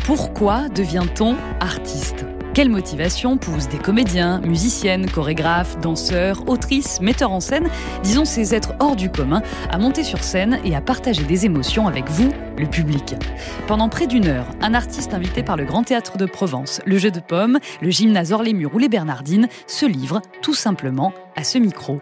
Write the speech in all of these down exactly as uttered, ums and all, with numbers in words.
Pourquoi devient-on artiste ? Quelle motivation pousse des comédiens, musiciennes, chorégraphes, danseurs, autrices, metteurs en scène, disons ces êtres hors du commun, à monter sur scène et à partager des émotions avec vous, le public. Pendant près d'une heure, un artiste invité par le Grand Théâtre de Provence, le Jeu de Paume, le Gymnase Hors-les-Murs ou les Bernardines se livre tout simplement à ce micro.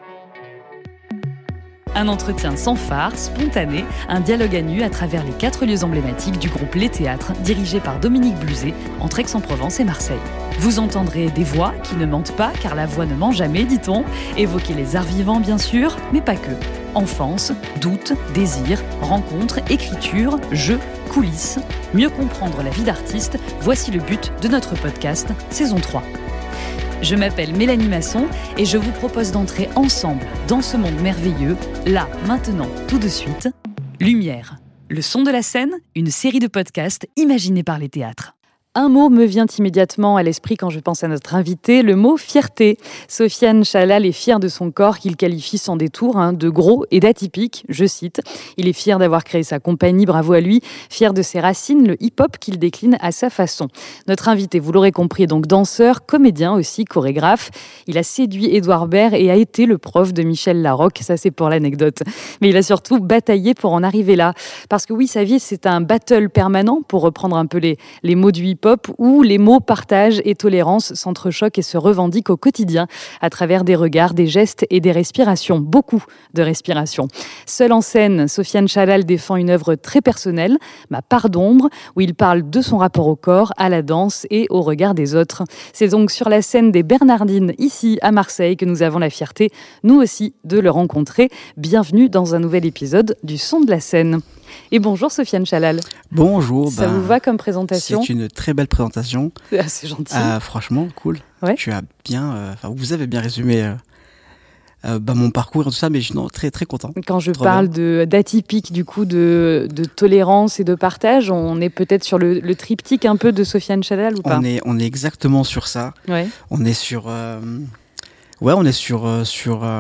Un entretien sans phare, spontané, un dialogue à nu à travers les quatre lieux emblématiques du groupe Les Théâtres, dirigé par Dominique Bluzet, entre Aix-en-Provence et Marseille. Vous entendrez des voix qui ne mentent pas, car la voix ne ment jamais, dit-on. Évoquer les arts vivants, bien sûr, mais pas que. Enfance, doute, désir, rencontre, écriture, jeu, coulisses. Mieux comprendre la vie d'artiste, voici le but de notre podcast, saison trois. Je m'appelle Mélanie Masson et je vous propose d'entrer ensemble dans ce monde merveilleux, là, maintenant, tout de suite. Lumière, le son de la scène, une série de podcasts imaginés par les théâtres. Un mot me vient immédiatement à l'esprit quand je pense à notre invité, le mot fierté. Sofiane Chalal est fier de son corps qu'il qualifie sans détour hein, de gros et d'atypique, je cite. Il est fier d'avoir créé sa compagnie, bravo à lui, fier de ses racines, le hip-hop qu'il décline à sa façon. Notre invité, vous l'aurez compris, est donc danseur, comédien aussi, chorégraphe. Il a séduit Édouard Baird et a été le prof de Michel Larocque, ça c'est pour l'anecdote. Mais il a surtout bataillé pour en arriver là. Parce que oui, sa vie c'est un battle permanent, pour reprendre un peu les, les mots du hip-hop, où les mots partage et tolérance s'entrechoquent et se revendiquent au quotidien à travers des regards, des gestes et des respirations. Beaucoup de respirations. Seul en scène, Sofiane Chalal défend une œuvre très personnelle, Ma part d'ombre, où il parle de son rapport au corps, à la danse et au regard des autres. C'est donc sur la scène des Bernardines, ici à Marseille, que nous avons la fierté, nous aussi, de le rencontrer. Bienvenue dans un nouvel épisode du Son de la scène. Et bonjour Sofiane Chalal. Bonjour. Ça bah, vous va comme présentation ? C'est une très belle présentation. Ah, c'est gentil. Euh, franchement, cool. Ouais. Tu as bien, euh, vous avez bien résumé euh, euh, bah, mon parcours et tout ça, mais je suis non, très très content. Quand je Trop parle bien. de, d'atypique, du coup, de, de tolérance et de partage, on est peut-être sur le, le triptyque un peu de Sofiane Chalal ou pas ? On est, on est exactement sur ça. Ouais. On est sur, euh, ouais, on est sur, euh, sur, euh,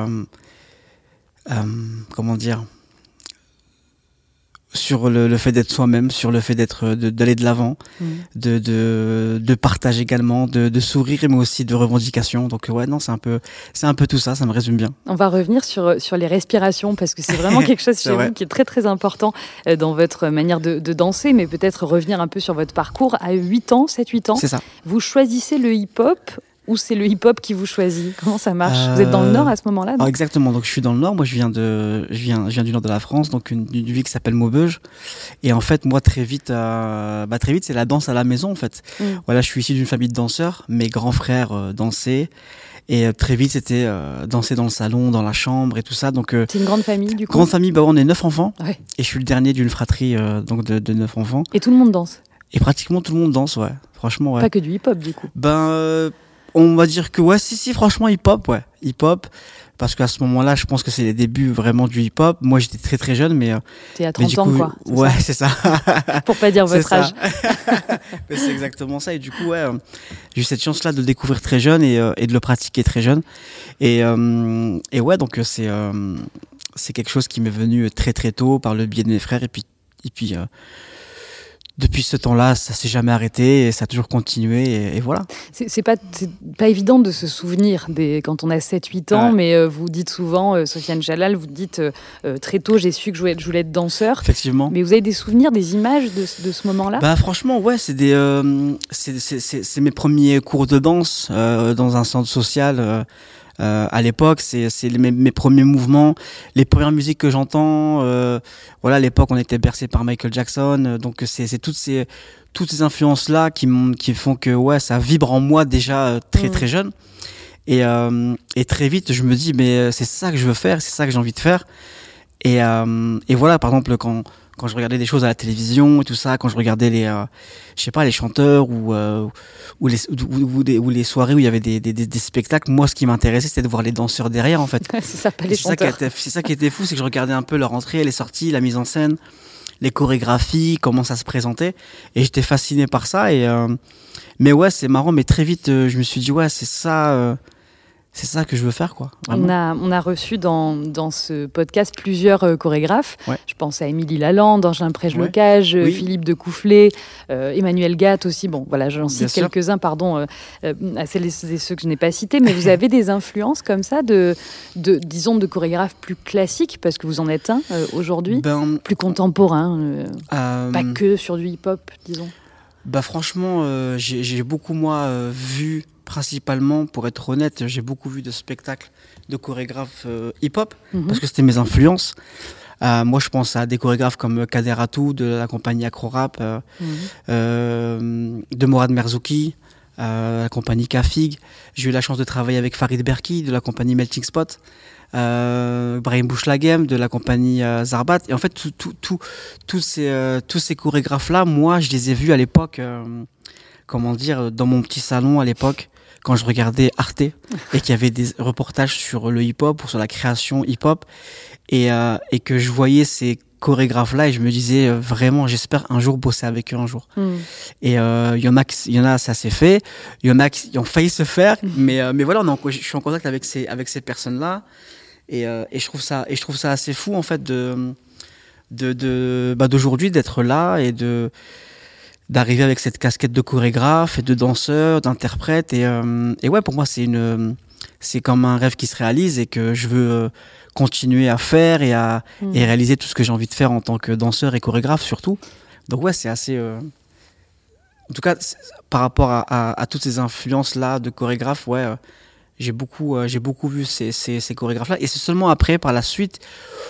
euh, comment dire. Sur le, le fait d'être soi-même, sur le fait d'être, de, d'aller de l'avant, mmh. de, de, de partage également, de, de sourire, mais aussi de revendication. Donc ouais, non, c'est un peu, c'est un peu tout ça, ça me résume bien. On va revenir sur, sur les respirations, parce que c'est vraiment quelque chose chez vous qui est très très important dans votre manière de, de danser, mais peut-être revenir un peu sur votre parcours. À huit ans, sept huit ans, c'est ça. Vous choisissez le hip-hop ou c'est le hip-hop qui vous choisit ? Comment ça marche ? euh... Vous êtes dans le Nord à ce moment-là ? Ah, exactement, donc je suis dans le Nord, moi je viens, de, je viens, je viens du Nord de la France, donc une, une ville qui s'appelle Maubeuge. Et en fait, moi très vite, euh, bah, très vite c'est la danse à la maison en fait. Mm. Voilà, je suis issu d'une famille de danseurs, mes grands frères euh, dansaient. Et euh, très vite, c'était euh, danser dans le salon, dans la chambre et tout ça. Donc, euh, c'est une grande famille du coup ? Grande famille, bah, on est neuf enfants. Ouais. Et je suis le dernier d'une fratrie euh, donc de, de neuf enfants. Et tout le monde danse ? Et pratiquement tout le monde danse, ouais. Franchement, ouais. Pas que du hip-hop du coup ? Ben... Euh, on va dire que ouais, si, si, franchement, hip-hop, ouais, hip-hop, parce qu'à ce moment-là, je pense que c'est les débuts vraiment du hip-hop. Moi, j'étais très très jeune, mais... T'es à trente mais ans, coup, quoi. C'est ouais, ça c'est ça. Pour pas dire votre âge. Mais c'est exactement ça. Et du coup, ouais, euh, j'ai eu cette chance-là de le découvrir très jeune et, euh, et de le pratiquer très jeune. Et, euh, et ouais, donc c'est, euh, c'est quelque chose qui m'est venu très très tôt par le biais de mes frères. Et puis... Et puis euh, depuis ce temps-là, ça s'est jamais arrêté et ça a toujours continué et, et voilà. C'est, c'est, pas, c'est pas évident de se souvenir des, quand on a sept huit ans, ouais. mais euh, vous dites souvent, euh, Sofiane Chalal, vous dites euh, très tôt, j'ai su que je voulais, je voulais être danseur. Effectivement. Mais vous avez des souvenirs, des images de, de ce moment-là ? Bah franchement, ouais, c'est, des, euh, c'est, c'est, c'est, c'est mes premiers cours de danse euh, dans un centre social. Euh, Euh, à l'époque, c'est, c'est mes, mes premiers mouvements, les premières musiques que j'entends. Euh, voilà, à l'époque, on était bercé par Michael Jackson, euh, donc c'est, c'est toutes ces toutes ces influences là qui qui font que ouais, ça vibre en moi déjà euh, très mmh. très jeune. Et euh, et très vite, je me dis mais c'est ça que je veux faire, c'est ça que j'ai envie de faire. Et euh, et voilà, par exemple quand quand je regardais des choses à la télévision et tout ça, quand je regardais les, euh, je sais pas, les chanteurs ou euh, ou les ou, ou, ou, ou les soirées où il y avait des, des, des spectacles, moi ce qui m'intéressait c'était de voir les danseurs derrière en fait. c'est ça, pas les c'est chanteurs. Ça qui était, c'est ça qui était fou, c'est que je regardais un peu leur entrée, les sorties, la mise en scène, les chorégraphies, comment ça se présentait, et j'étais fasciné par ça. Et euh, mais ouais, c'est marrant, mais très vite euh, je me suis dit ouais, c'est ça. Euh, c'est ça que je veux faire, quoi. On a, on a reçu dans, dans ce podcast plusieurs euh, chorégraphes. Ouais. Je pense à Émilie Lalande, Angelin Prège-Locage, ouais. oui. Philippe de Coufflet, euh, Emmanuel Gatt aussi. Bon, voilà, j'en cite Bien quelques-uns, sûr. pardon, euh, euh, à celles et ceux que je n'ai pas cités. Mais vous avez des influences comme ça, de, de, disons, de chorégraphes plus classiques, parce que vous en êtes un euh, aujourd'hui, ben, plus contemporain, euh, euh, pas que sur du hip-hop, disons. Bah franchement, euh, j'ai, j'ai beaucoup, moi, euh, vu... Principalement, pour être honnête, j'ai beaucoup vu de spectacles de chorégraphes euh, hip-hop, mm-hmm. parce que c'était mes influences. Euh, moi, je pense à des chorégraphes comme Kader Atou de la compagnie Acro-Rap, euh, mm-hmm. euh, de Morad Merzouki, euh, la compagnie Kafig. J'ai eu la chance de travailler avec Farid Berki de la compagnie Melting Spot, euh, Brahim Bouchlaghem de la compagnie euh, Zarbat. Et en fait, tout, tout, tout, tous ces, euh, tous ces chorégraphes-là, moi, je les ai vus à l'époque, euh, comment dire, dans mon petit salon à l'époque, quand je regardais Arte et qu'il y avait des reportages sur le hip-hop ou sur la création hip-hop et, euh, et que je voyais ces chorégraphes-là et je me disais euh, vraiment, j'espère un jour bosser avec eux un jour. Mm. Et il euh, y en a, il y en a, ça s'est fait. Il y en a qui ont failli se faire, mm. mais euh, mais voilà, on est en, je suis en contact avec ces avec ces personnes-là et euh, et je trouve ça et je trouve ça assez fou en fait de de de bah, d'aujourd'hui d'être là et de d'arriver avec cette casquette de chorégraphe et de danseur, d'interprète et euh, et ouais, pour moi c'est une c'est comme un rêve qui se réalise et que je veux euh, continuer à faire et à mmh. et réaliser tout ce que j'ai envie de faire en tant que danseur et chorégraphe surtout. Donc ouais, c'est assez euh... en tout cas par rapport à, à, à toutes ces influences là de chorégraphe, ouais, euh, j'ai beaucoup euh, j'ai beaucoup vu ces ces, ces chorégraphes là et c'est seulement après par la suite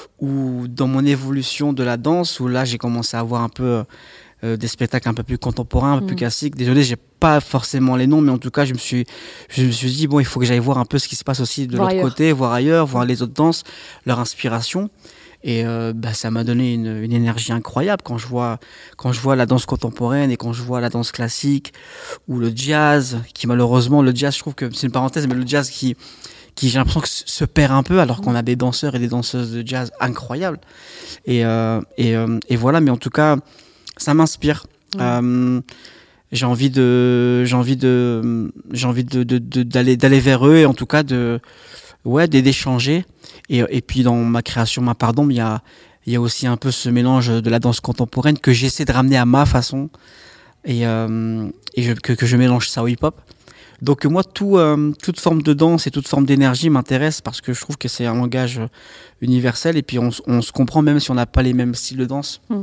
où dans mon évolution de la danse où là j'ai commencé à voir un peu Euh, des spectacles un peu plus contemporains, un peu mmh. plus classiques. Désolé, j'ai pas forcément les noms, mais en tout cas, je me suis, je me suis dit bon, il faut que j'aille voir un peu ce qui se passe aussi de voir l'autre ailleurs. côté, voir ailleurs, voir les autres danses, leur inspiration. Et euh, bah, ça m'a donné une, une énergie incroyable quand je vois, quand je vois la danse contemporaine et quand je vois la danse classique ou le jazz, qui malheureusement, le jazz, je trouve que c'est une parenthèse, mais le jazz qui qui j'ai l'impression que se perd un peu alors qu'on a des danseurs et des danseuses de jazz incroyables. Et euh, et, euh, et voilà, mais en tout cas. Ça m'inspire. Mmh. Euh, j'ai envie de, j'ai envie de, j'ai envie de, de, de, d'aller, d'aller vers eux et en tout cas de, ouais, d'échanger. Et, et puis dans ma création, ma pardon, il y a, il y a aussi un peu ce mélange de la danse contemporaine que j'essaie de ramener à ma façon et, euh, et je, que, que je mélange ça au hip-hop. Donc moi, tout, euh, toute forme de danse et toute forme d'énergie m'intéresse parce que je trouve que c'est un langage universel et puis on, on se comprend même si on n'a pas les mêmes styles de danse. Mmh.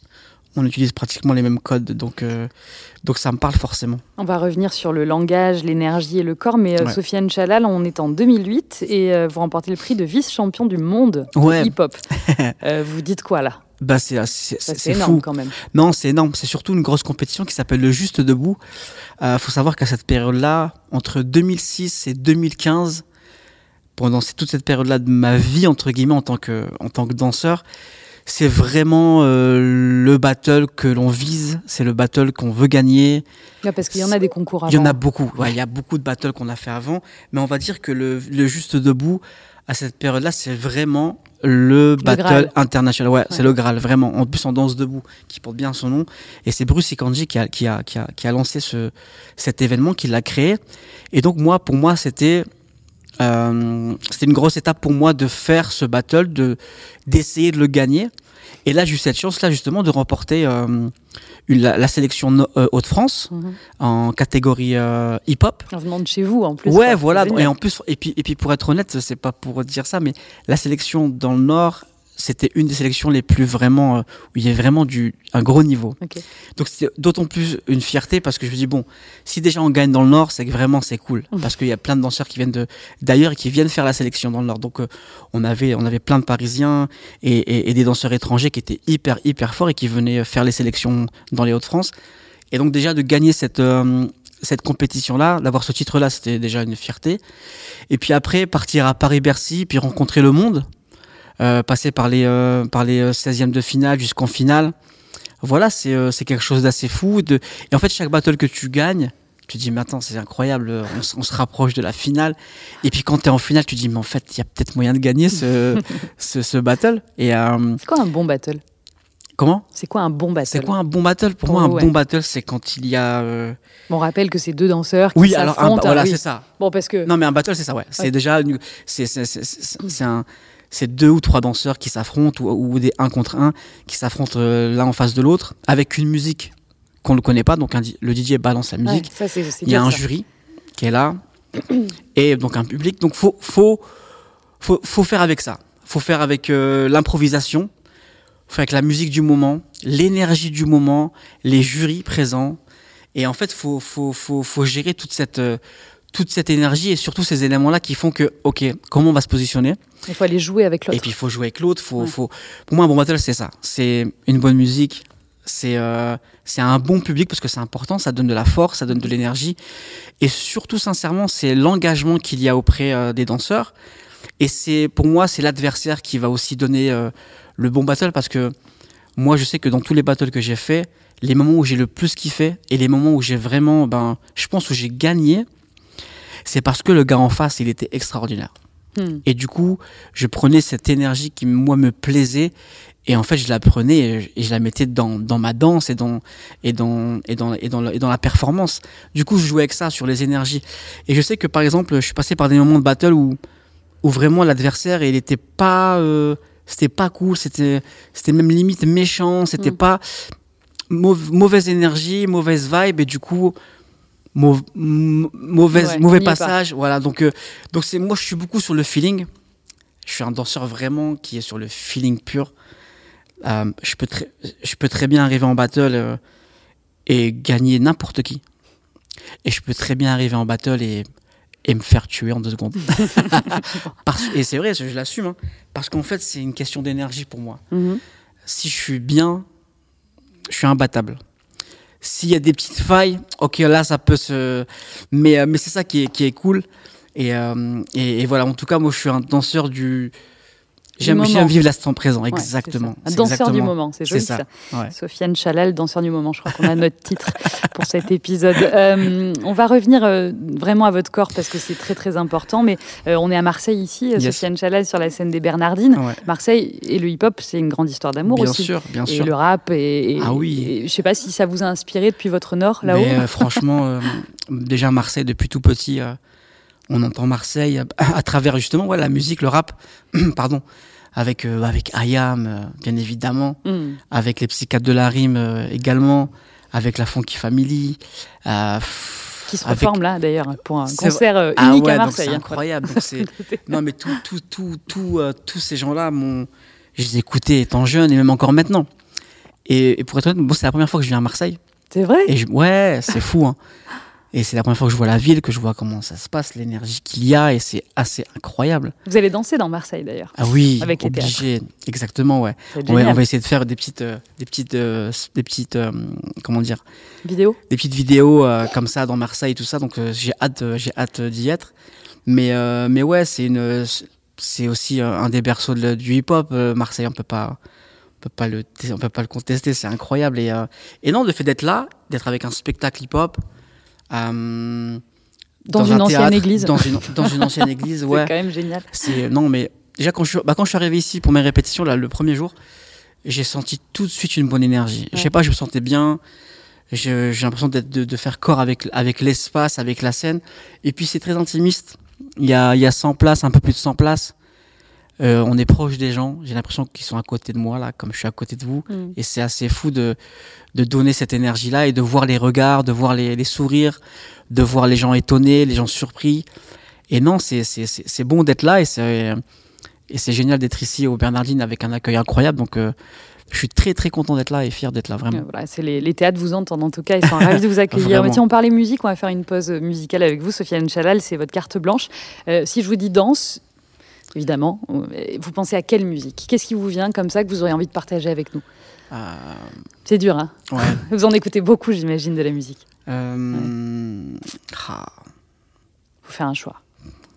On utilise pratiquement les mêmes codes, donc, euh, donc ça me parle forcément. On va revenir sur le langage, l'énergie et le corps, mais euh, ouais. Sofiane Chalal, on est en deux mille huit et euh, vous remportez le prix de vice-champion du monde ouais. de hip-hop. euh, vous dites quoi là ? Bah c'est, c'est, c'est, c'est, c'est énorme fou. quand même. Non, c'est énorme. C'est surtout une grosse compétition qui s'appelle le Juste Debout. Il euh, faut savoir qu'à cette période-là, entre deux mille six et deux mille quinze, pendant toute cette période-là de ma vie, entre guillemets, en tant que, en tant que danseur, c'est vraiment euh, le battle que l'on vise, c'est le battle qu'on veut gagner. Ouais, parce qu'il y en a des concours avant. Il y en a beaucoup, ouais, il y a beaucoup de battles qu'on a fait avant, mais on va dire que le, le Juste Debout, à cette période-là, c'est vraiment le, le battle Graal. international. Ouais, ouais, c'est le Graal, vraiment. En plus, en danse debout, qui porte bien son nom. Et c'est Bruce Ikanji qui a, qui a, qui a, qui a lancé ce, cet événement, qui l'a créé. Et donc, moi, pour moi, c'était... Euh, c'était une grosse étape pour moi de faire ce battle, de d'essayer de le gagner. Et là, j'ai eu cette chance là justement de remporter euh, une, la, la sélection no, euh, Hauts-de-France mm-hmm. en catégorie euh, hip-hop. En venant de chez vous en plus. Ouais, quoi, voilà. Et en plus, et puis et puis pour être honnête, c'est pas pour dire ça, mais la sélection dans le Nord, c'était une des sélections les plus vraiment, euh, où il y avait vraiment du, un gros niveau. Okay. Donc c'était d'autant plus une fierté parce que je me dis, bon, si déjà on gagne dans le Nord, c'est que vraiment c'est cool. Mmh. Parce qu'il y a plein de danseurs qui viennent de, d'ailleurs et qui viennent faire la sélection dans le Nord. Donc euh, on avait, on avait plein de Parisiens et, et, et des danseurs étrangers qui étaient hyper, hyper forts et qui venaient faire les sélections dans les Hauts-de-France. Et donc déjà de gagner cette, euh, cette compétition-là, d'avoir ce titre-là, c'était déjà une fierté. Et puis après, partir à Paris-Bercy, puis rencontrer le monde. Euh, passer par les euh, par les seizièmes de finale jusqu'en finale, voilà, c'est euh, c'est quelque chose d'assez fou. De... Et en fait, chaque battle que tu gagnes, tu te dis mais attends, c'est incroyable, on, on se rapproche de la finale. Et puis quand t'es en finale, tu te dis mais en fait, il y a peut-être moyen de gagner ce ce, ce battle. Et euh... c'est quoi un bon battle ? Comment ? C'est quoi un bon battle ? C'est quoi un bon battle ? Pour Oh, moi, un ouais. bon battle, c'est quand il y a. Euh... On rappelle que c'est deux danseurs qui oui, s'affrontent. alors, un, voilà, ah, oui. c'est ça. Bon, parce que. Non, mais un battle, c'est ça, ouais. C'est ouais. déjà. C'est, c'est, c'est, c'est, c'est, un, c'est deux ou trois danseurs qui s'affrontent, ou, ou des un contre un qui s'affrontent euh, l'un en face de l'autre, avec une musique qu'on ne connaît pas. Donc, un, le D J balance la musique. Ouais, ça, c'est, c'est il y a un ça. jury qui est là, et donc un public. Donc, il faut, faut, faut, faut faire avec ça. Il faut faire avec euh, l'improvisation. Faut avec la musique du moment, l'énergie du moment, les jurys présents. Et en fait, il faut, faut, faut, faut gérer toute cette, euh, toute cette énergie et surtout ces éléments-là qui font que, OK, comment on va se positionner ? Il faut aller jouer avec l'autre. Et puis, il faut jouer avec l'autre. Faut, ouais. faut... Pour moi, un bon battle, c'est ça. C'est une bonne musique. C'est, euh, c'est un bon public parce que c'est important. Ça donne de la force, ça donne de l'énergie. Et surtout, sincèrement, c'est l'engagement qu'il y a auprès euh, des danseurs. Et c'est, pour moi, c'est l'adversaire qui va aussi donner euh, le bon battle parce que moi, je sais que dans tous les battles que j'ai fait, les moments où j'ai le plus kiffé et les moments où j'ai vraiment, ben, je pense où j'ai gagné, c'est parce que le gars en face, il était extraordinaire. Hmm. Et du coup, je prenais cette énergie qui, moi, me plaisait et en fait, je la prenais et, et je la mettais dans, dans ma danse et dans, et, dans, et, dans, et, dans la, et dans la performance. Du coup, je jouais avec ça, sur les énergies. Et je sais que, par exemple, je suis passé par des moments de battle où où vraiment l'adversaire il était pas euh, c'était pas cool, c'était c'était même limite méchant, c'était mmh. pas mauv- mauvaise énergie, mauvaise vibe et du coup mau- mauvaise ouais, mauvais passage, voilà. Donc euh, donc c'est moi je suis beaucoup sur le feeling. Je suis un danseur vraiment qui est sur le feeling pur. Euh, je peux très je peux très bien arriver en battle euh, et gagner n'importe qui. Et je peux très bien arriver en battle et et me faire tuer en deux secondes. Parce, et c'est vrai, je l'assume, hein, parce qu'en fait, c'est une question d'énergie pour moi. Mm-hmm. Si je suis bien, je suis imbattable. S'il y a des petites failles, ok, là, ça peut se... Mais, mais c'est ça qui est, qui est cool. Et, euh, et, et voilà, en tout cas, moi, je suis un danseur du... J'aime, j'aime vivre l'instant présent, ouais, exactement. Un danseur exactement. du moment, c'est joli c'est ça. ça. Ouais. Sofiane Chalal, danseur du moment, je crois qu'on a notre titre pour cet épisode. Euh, on va revenir euh, vraiment à votre corps parce que c'est très très important, mais euh, on est à Marseille ici, yes. Sofiane Chalal sur la scène des Bernardines. Ouais. Marseille et le hip-hop, c'est une grande histoire d'amour bien aussi. Bien sûr, bien et sûr. Et le rap, et, et, ah oui. et, je sais pas si ça vous a inspiré depuis votre nord, là-haut. Mais, euh, franchement, euh, déjà Marseille, depuis tout petit, euh, on entend Marseille à, à travers justement ouais, la musique, le rap, pardon. Avec, euh, avec I A M, euh, bien évidemment, mm. avec les Psychiatres de la Rime euh, également, avec la Funky Family. Euh, qui se avec... reforme là, d'ailleurs, pour un c'est... concert euh, unique ah ouais, à Marseille. Donc c'est incroyable. Donc c'est... non, mais tout, tout, tout, tout, euh, tous ces gens-là, mon... je les écoutais étant jeune et même encore maintenant. Et, et pour être honnête, bon, c'est la première fois que je viens à Marseille. C'est vrai et je... Ouais, c'est fou. Hein. Et c'est la première fois que je vois la ville, que je vois comment ça se passe, l'énergie qu'il y a, et c'est assez incroyable. Vous allez danser dans Marseille d'ailleurs. Ah oui, avec obligé, exactement, ouais. On va, on va essayer de faire des petites, euh, des petites, euh, des petites, euh, comment dire, vidéos, des petites vidéos euh, comme ça dans Marseille et tout ça. Donc euh, j'ai hâte, euh, j'ai hâte d'y être. Mais, euh, mais ouais, c'est une, c'est aussi euh, un des berceaux de, du hip-hop. Euh, Marseille, on peut pas. On peut pas le, on peut pas le contester, c'est incroyable. Et, euh, et non, le fait d'être là, d'être avec un spectacle hip-hop. Euh, dans, dans une ancienne théâtre, église. Dans une, dans une ancienne église, ouais. C'est quand même génial. C'est, non, mais déjà, quand je, suis, bah, quand je suis arrivé ici pour mes répétitions, là, le premier jour, j'ai senti tout de suite une bonne énergie. Ouais. Je sais pas, je me sentais bien. Je, j'ai l'impression d'être, de, de faire corps avec, avec l'espace, avec la scène. Et puis, c'est très intimiste. Il y a, il y a cent places, un peu plus de cent places. Euh, on est proche des gens. J'ai l'impression qu'ils sont à côté de moi, là, comme je suis à côté de vous. Mm. Et c'est assez fou de, de donner cette énergie-là et de voir les regards, de voir les, les sourires, de voir les gens étonnés, les gens surpris. Et non, c'est, c'est, c'est, c'est bon d'être là et c'est, et c'est génial d'être ici aux Bernardines avec un accueil incroyable. Donc, euh, je suis très, très content d'être là et fier d'être là, vraiment. Euh, voilà, c'est les, les théâtres vous entendent en tout cas. Ils sont ravis de vous accueillir. Mais tiens, on parlait musique. On va faire une pause musicale avec vous. Sofiane Chalal, c'est votre carte blanche. Euh, si je vous dis danse, évidemment, vous pensez à quelle musique ? Qu'est-ce qui vous vient comme ça que vous auriez envie de partager avec nous ? euh... C'est dur, hein ? Ouais. Vous en écoutez beaucoup, j'imagine, de la musique. Euh... Ouais. Ah. Faut faire un choix.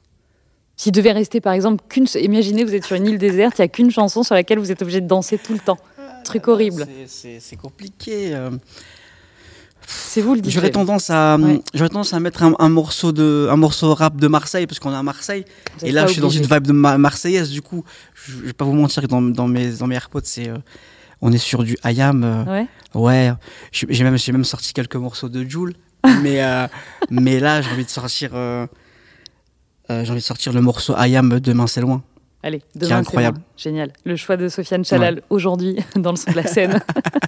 S'il devait rester, par exemple, qu'une... Imaginez, vous êtes sur une île déserte, il n'y a qu'une chanson sur laquelle vous êtes obligé de danser tout le temps. Ah, Truc horrible. C'est, c'est, c'est compliqué. Euh... C'est vous le D J. J'aurais tendance à, ouais. j'aurais tendance à mettre un, un morceau de, un morceau rap de Marseille parce qu'on est à Marseille. Et là, je suis dans une vibe de ma- marseillaise. Du coup, je, je vais pas vous mentir que dans, dans mes, dans mes AirPods, c'est, euh, on est sur du I A M. Euh, ouais. Ouais. J'ai même, j'ai même sorti quelques morceaux de Jul. mais, euh, mais là, j'ai envie de sortir, euh, euh, j'ai envie de sortir le morceau I A M Demain c'est loin. Allez, Demain c'est incroyable. Loin. Génial. Le choix de Sofiane Chalal ouais. aujourd'hui dans le son de la scène.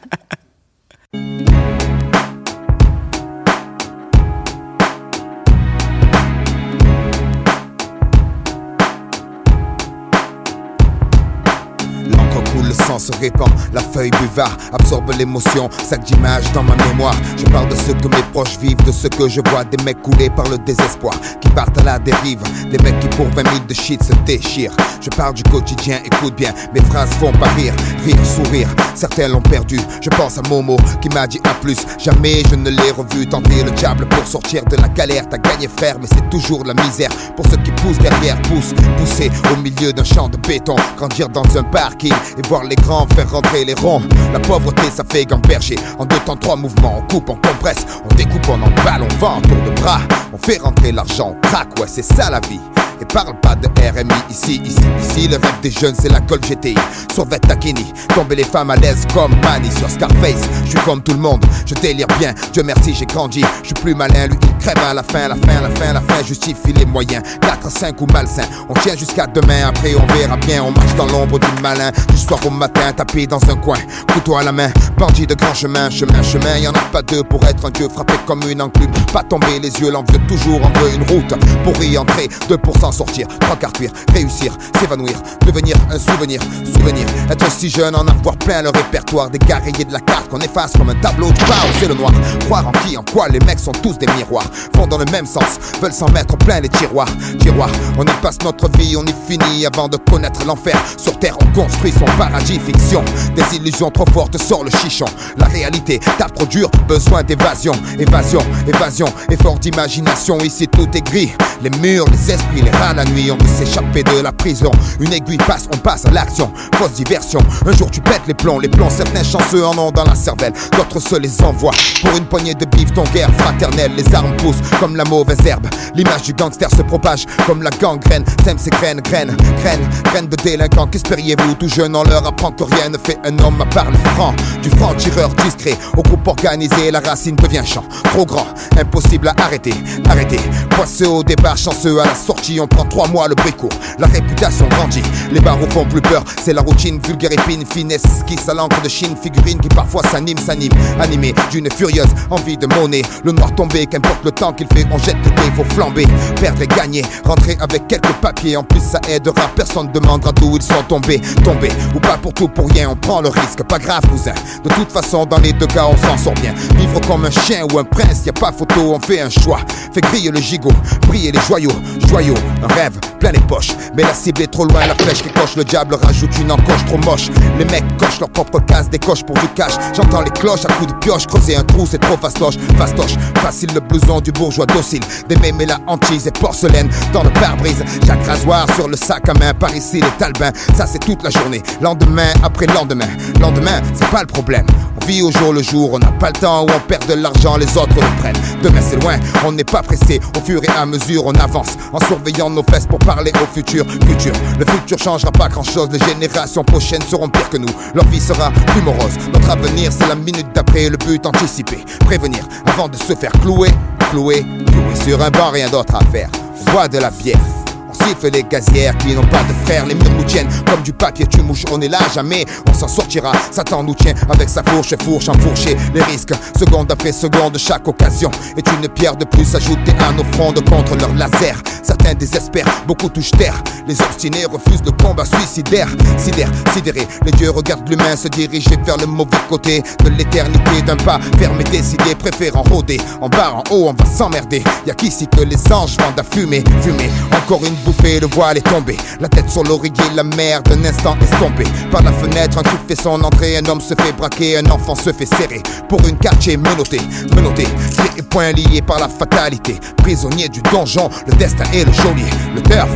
Le sang se répand, la feuille buvard absorbe l'émotion, sac d'images dans ma mémoire. Je parle de ce que mes proches vivent, de ce que je vois, des mecs coulés par le désespoir, qui partent à la dérive, des mecs qui pour vingt mille de shit se déchirent. Je parle du quotidien, écoute bien, mes phrases font pas rire, rire, sourire. Certains l'ont perdu, je pense à Momo qui m'a dit à plus. Jamais je ne l'ai revu tenter le diable pour sortir de la galère. T'as gagné frère, mais c'est toujours la misère. Pour ceux qui poussent derrière, poussent, pousser au milieu d'un champ de béton, grandir dans un parking et voir les grands faire rentrer les ronds. La pauvreté ça fait gamberger. En deux temps trois mouvements, on coupe, on compresse, on découpe, on emballe, on vend, tour de bras. On fait rentrer l'argent, on craque, ouais c'est ça la vie. Et parle pas de R M I ici, ici, ici. Le rêve des jeunes c'est la Golf G T I. Sauvette Takini, tomber les femmes à l'aise comme Manny sur Scarface. Je suis comme tout le monde, je délire bien. Dieu merci j'ai grandi, je suis plus malin. Lui il crève à la fin, la fin, la fin, la fin. Justifie les moyens, quatre, cinq ou malsain. On tient jusqu'à demain, après on verra bien. On marche dans l'ombre du malin, du soir au matin. Tapé dans un coin, couteau à la main. Bandit de grand chemin, chemin, chemin. Y'en a pas deux pour être un dieu frappé comme une enclume. Pas tomber les yeux, l'envieux toujours en veut une route. Pour y entrer, deux pour cent sortir, trois quarts cuire, réussir, s'évanouir, devenir un souvenir, souvenir, être si jeune, en avoir plein le répertoire, des gars rayés de la carte qu'on efface comme un tableau du bar, c'est le noir, croire en qui, en quoi, les mecs sont tous des miroirs, vont dans le même sens, veulent s'en mettre plein les tiroirs, tiroirs, on y passe notre vie, on y finit avant de connaître l'enfer, sur terre on construit son paradis, fiction, des illusions trop fortes sort le chichon, la réalité tape trop dur, besoin d'évasion, évasion, évasion, effort d'imagination, ici tout est gris, les murs, les esprits, les rats la nuit. On veut s'échapper de la prison. Une aiguille passe, on passe à l'action. Fausse diversion, un jour tu pètes les plombs. Les plombs, certains chanceux en ont dans la cervelle, d'autres se les envoient. Pour une poignée de bif, ton guerre fraternelle. Les armes poussent comme la mauvaise herbe. L'image du gangster se propage comme la gangrène. Sème ses graines, graines, graines, graines de délinquants. Qu'espériez-vous, tout jeune, on leur apprend que rien ne fait un homme à part le franc. Du franc tireur discret au groupe organisé, la racine devient champ. Trop grand, impossible à arrêter, arrêter. Poisseux au départ, chanceux à la sortie, on prend trois mois le bruit court, la réputation grandit. Les barreaux font plus peur, c'est la routine, vulgaire épine, finesse, esquisse à l'encre de Chine, figurine qui parfois s'anime, s'anime, animé d'une furieuse envie de monnaie. Le noir tombé, qu'importe le temps qu'il fait, on jette les dés, faut flamber, perdre et gagner, rentrer avec quelques papiers, en plus ça aidera, personne demandera d'où ils sont tombés, tombés, ou pas pour tout pour rien, on prend le risque, pas grave cousin, de toute façon dans les deux cas on s'en sort bien, vivre comme un chien ou un prince, y a pas photo, on fait un choix, fait griller le gigot, briller les joyaux, joyaux, un rêve, plein les poches, mais la cible est trop loin, la flèche qui coche, le diable rajoute une encoche trop moche. Les mecs cochent leur propre case, décochent pour du cash. J'entends les cloches à coups de pioche, creuser un trou c'est trop fastoche, fastoche. Facile le blouson du bourgeois docile, des mémés la hantise et porcelaine dans le pare-brise. Chaque rasoir sur le sac à main, par ici les talbins, ça c'est toute la journée. Lendemain après lendemain, lendemain c'est pas le problème. On vit au jour le jour, on n'a pas le temps où on perd de l'argent, les autres le prennent. Demain c'est loin, on n'est pas pressé, au fur et à mesure on avance, en surveillant nos fesses pour parler au futur, futur. Le futur changera pas grand chose, les générations prochaines seront pires que nous, leur vie sera plus morose. Notre avenir c'est la minute d'après, le but anticipé, prévenir avant de se faire clouer, clouer, clouer sur un banc, rien d'autre à faire. On boit de la bière, on siffle les gazières qui n'ont pas de frères, les murs nous tiennent comme du papier, tu mouches, on est là jamais, on s'en sortira, Satan nous tient avec sa fourche, fourche enfourchée, les risques, seconde après seconde, chaque occasion est une pierre de plus ajoutée à nos frondes contre leur laser. Certains désespèrent, beaucoup touchent terre, les obstinés refusent le combat suicidaire, sidère, sidéré, les dieux regardent l'humain se diriger vers le mauvais côté de l'éternité, d'un pas fermé, décidé, préférant rôder, en bas, en haut, on va s'emmerder, y'a qu'ici que les anges vendent à fumer, fumer, encore une bouffée, le voile est tombé, la tête sur l'oreiller, la mer d'un instant estompée, par la fenêtre, un cul fait son entrée, un homme se fait braquer, un enfant se fait serrer, pour une quartier menotté, menotté, pieds et poings liés par la fatalité, prisonnier du donjon, le destin et le geôlier, le turf, la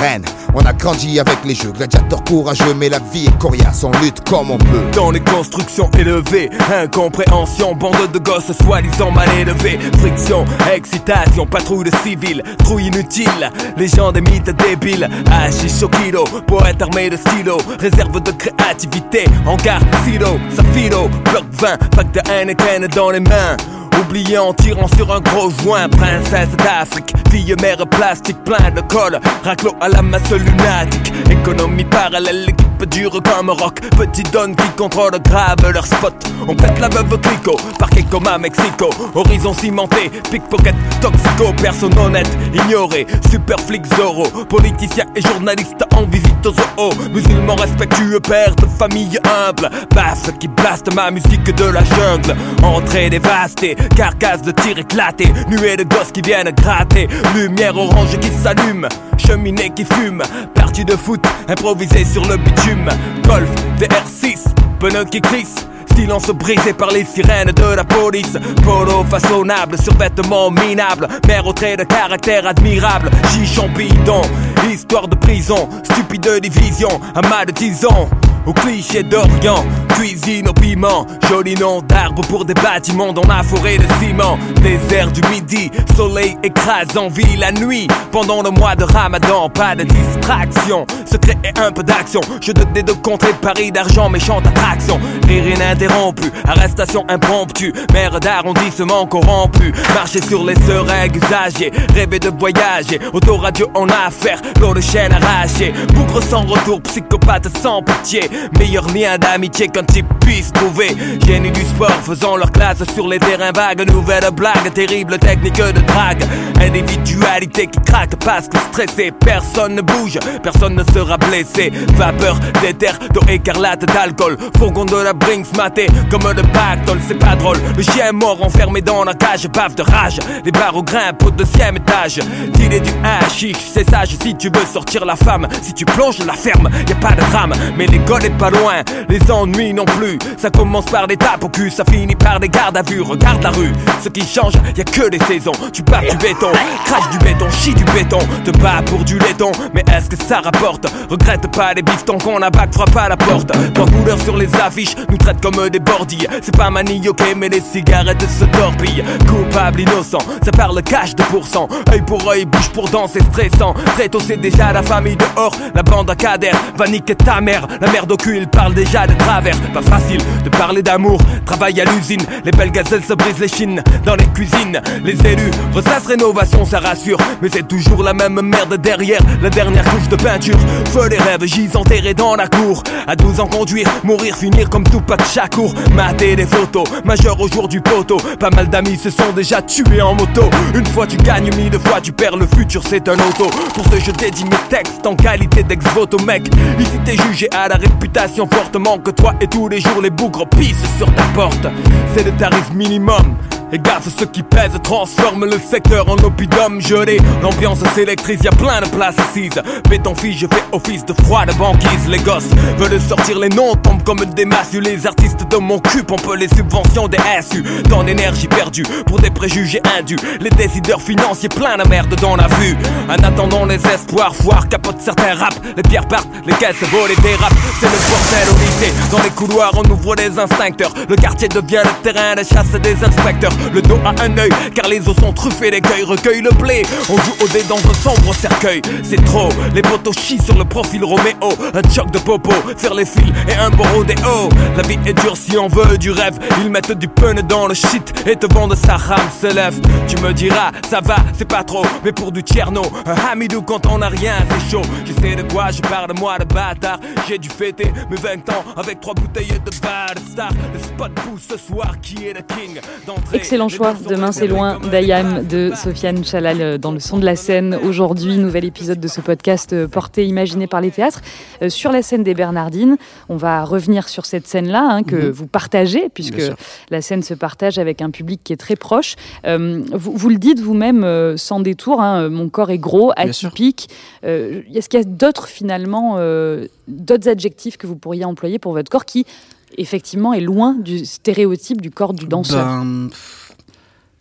sirènes. On a grandi avec les jeux, gladiateurs courageux, mais la vie est coriace, on lutte comme on peut. Dans les constructions élevées, incompréhension, bande de gosses soi-disant mal élevés. Friction, excitation, patrouille de civils, trouille inutile, les gens des mythes débiles. Hachiche au kilo, poète armé de stylo, réserve de créativité, hangar, silo, safilo, bloc vingt, pack de Heineken dans les mains. Oublié en tirant sur un gros joint, princesse d'Afrique, fille mère plastique, plein de colle, raclo à la masse lunatique. Économie parallèle, l'équipe dure comme rock, petit donne qui contrôle grave leur spot. On pète la veuve clico, parquet comme à Mexico, horizon cimenté, pickpocket, toxico, personne honnête, ignoré, super flic Zorro, politicien et journaliste en visite au zoo, musulman respectueux, père de famille humble, basse qui blaste ma musique de la jungle, entrée dévastée, carcasse de tir éclaté, nuée de gosses qui viennent gratter, lumière orange qui s'allume, cheminée qui fume, partie de foot improvisée sur le bitume, golf, V R six, pneus qui crissent, silence brisé par les sirènes de la police. Polo façonnable, survêtement minable, mère au trait de caractère admirable, chichon bidon, histoire de prison, stupide division, amas de tisons, au cliché d'Orient, cuisine au piment, joli nom d'arbre pour des bâtiments dans la forêt de ciment. Désert du midi, soleil écrasant, vie la nuit, pendant le mois de Ramadan, pas de distraction, secret et un peu d'action, jeu de dés de contrée, Paris d'argent, méchante attraction, rire ininterrompu, arrestation impromptue, maire d'arrondissement corrompu, marcher sur les seringues usagées, rêver de voyager, autoradio en affaire, l'eau de chaîne arrachée, bougre sans retour, psychopathe sans pitié, meilleur lien d'amitié qu'un type puisse trouver. Génie du sport faisant leur classe sur les terrains vagues, nouvelle blague, terrible technique de drague, individualité qui craque parce que stressé, personne ne bouge, personne ne sera blessé, vapeur d'éther, d'eau écarlate, d'alcool, fourgon de la Brinks maté comme de pactole, c'est pas drôle, le chien mort enfermé dans la cage, bave de rage, les barreaux grimpent au deuxième étage, dealer du hashish, c'est sage si tu veux sortir la femme, si tu plonges la ferme, y a pas de drame, mais l'école est pas loin, les ennuis non plus, ça commence par des tapes au cul, ça finit par des gardes à vue, regarde la rue, ce qui change, y a que des saisons, tu bats du béton, crache du béton, chie du béton, te bats pour du laiton, mais est-ce que ça rapporte, regrette pas les bifetons qu'on a bac, frappe à la porte, trois couleurs sur les affiches, nous traitent comme des bordilles, c'est pas manioqué mais les cigarettes se torpillent, coupable innocent, ça parle cash de pourcent, œil pour œil, bouche pour dent, c'est stressant, très tôt c'est déjà la famille dehors, la bande à cadère, va niquer ta mère, la merde au cul, il parle déjà de travers, pas facile de parler d'amour, travail à l'usine, les belles gazelles se brisent les chines, dans les cuisines, les élus, ressassent rénovation, ça rassure, mais c'est toujours la même merde derrière, la dernière couche de peinture, feu les rêves, gis enterrés dans la cour, à douze ans conduire, mourir, finir comme Tupac Shakur, mater des photos, majeur au jour du poteau, pas mal d'amis se sont déjà tués en moto, une fois tu gagnes, mille fois tu perds, le futur c'est un auto, pour ce je dédie mes textes en qualité d'ex-voto mec, ici t'es jugé à la réputation fortement que toi et tous les jours les bougres pissent sur ta porte, c'est le tarif minimum. Et gaffe, ceux qui pèsent transforment le secteur en oppidum gelé. L'ambiance s'électrise, y'a plein de places assises. Béton fille, je fais office de froide banquise. Les gosses veulent sortir les noms, tombent comme des massues. Les artistes de mon cul pompent les subventions des S U. Tant d'énergie perdue pour des préjugés indus. Les décideurs financiers plein de merde dans la vue. En attendant les espoirs, foire capote certains raps. Les pierres partent, les caisses volent et dérapent. C'est le bordel au lycée. Dans les couloirs, on ouvre les instincteurs. Le quartier devient le terrain de chasse des inspecteurs. Le dos à un œil, car les os sont truffés, l'écueil recueille le blé. On joue au dé dans un sombre cercueil. C'est trop, les potos chient sur le profil Roméo. Un choc de popo, faire les fils et un bon rodéo. La vie est dure si on veut du rêve. Ils mettent du pun dans le shit et te vendent sa rame se lève. Tu me diras, ça va, c'est pas trop, mais pour du tierno, un hamidou quand on a rien, c'est chaud. Je sais de quoi je parle, moi de bâtard. J'ai dû fêter mes vingt ans avec trois bouteilles de bar de star. Le spot pousse ce soir, qui est le king d'entrée. Excellent choix, Demain c'est loin, d'Ayam de Sofiane Chalal dans le son de la scène. Aujourd'hui, nouvel épisode de ce podcast porté, imaginé par les théâtres. Euh, sur la scène des Bernardines, on va revenir sur cette scène-là hein, que mmh. vous partagez, puisque la scène se partage avec un public qui est très proche. Euh, vous, vous le dites vous-même euh, sans détour, hein, mon corps est gros, atypique. Euh, est-ce qu'il y a d'autres finalement, euh, d'autres adjectifs que vous pourriez employer pour votre corps qui, effectivement, est loin du stéréotype du corps du danseur? Ben...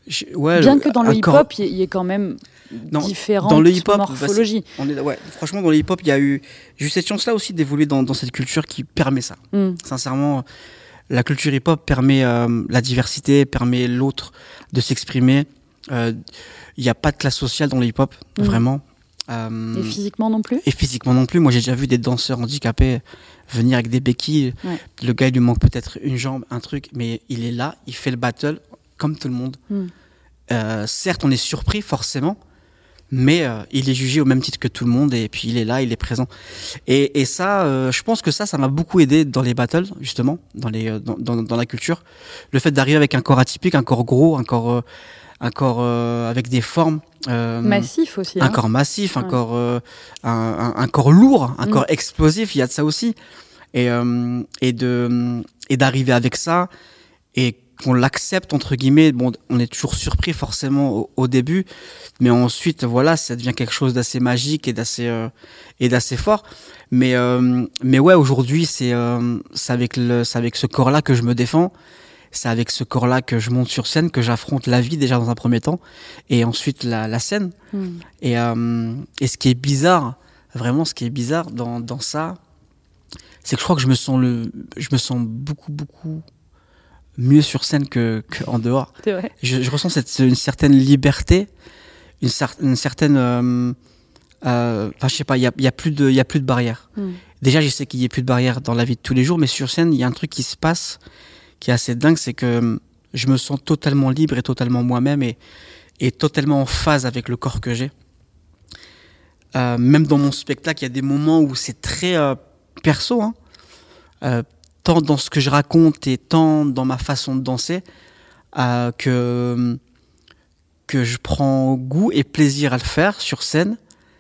Je, ouais, Bien le, que dans le encore... hip-hop, il y, y ait quand même non, différentes dans le hip-hop, morphologies. Bah, on est, ouais, franchement, dans le hip-hop, il y a eu, j'ai eu cette chance-là aussi d'évoluer dans, dans cette culture qui permet ça. Mm. Sincèrement, la culture hip-hop permet euh, la diversité, permet l'autre de s'exprimer. Il euh, n'y a pas de classe sociale dans le hip-hop, mm. vraiment. Euh, et physiquement non plus Et physiquement non plus. Moi, j'ai déjà vu des danseurs handicapés venir avec des béquilles. Ouais. Le gars, il lui manque peut-être une jambe, un truc, mais il est là, il fait le battle comme tout le monde. Mm. Euh, certes, on est surpris, forcément, mais euh, il est jugé au même titre que tout le monde, et puis il est là, il est présent. Et, et ça, euh, je pense que ça, ça m'a beaucoup aidé dans les battles, justement, dans, les, dans, dans, dans la culture. Le fait d'arriver avec un corps atypique, un corps gros, un corps... Euh, un corps euh, avec des formes euh, massif aussi, un hein. corps massif, un ouais. corps euh, un, un, un corps lourd, un mmh. corps explosif, il y a de ça aussi, et euh, et de et d'arriver avec ça et qu'on l'accepte entre guillemets. Bon, on est toujours surpris forcément au, au début, mais ensuite voilà, ça devient quelque chose d'assez magique et d'assez euh, et d'assez fort. Mais euh, mais ouais, aujourd'hui c'est euh, c'est avec le c'est avec ce corps-là que je me défends. C'est avec ce corps-là que je monte sur scène, que j'affronte la vie déjà dans un premier temps, et ensuite la, la scène. Mm. Et, euh, et ce qui est bizarre, vraiment ce qui est bizarre dans, dans ça, c'est que je crois que je me sens, le, je me sens beaucoup, beaucoup mieux sur scène que, que en dehors. C'est vrai. Je, je ressens cette, une certaine liberté, une, cer- une certaine... Euh, euh, enfin, je sais pas, il y a, y a plus de, y a plus de barrières. Mm. Déjà, je sais qu'il y a plus de barrières dans la vie de tous les jours, mais sur scène, il y a un truc qui se passe qui est assez dingue, c'est que je me sens totalement libre et totalement moi-même et, et totalement en phase avec le corps que j'ai. Euh, même dans mon spectacle, il y a des moments où c'est très euh, perso, hein, euh, tant dans ce que je raconte et tant dans ma façon de danser, euh, que, que je prends goût et plaisir à le faire sur scène,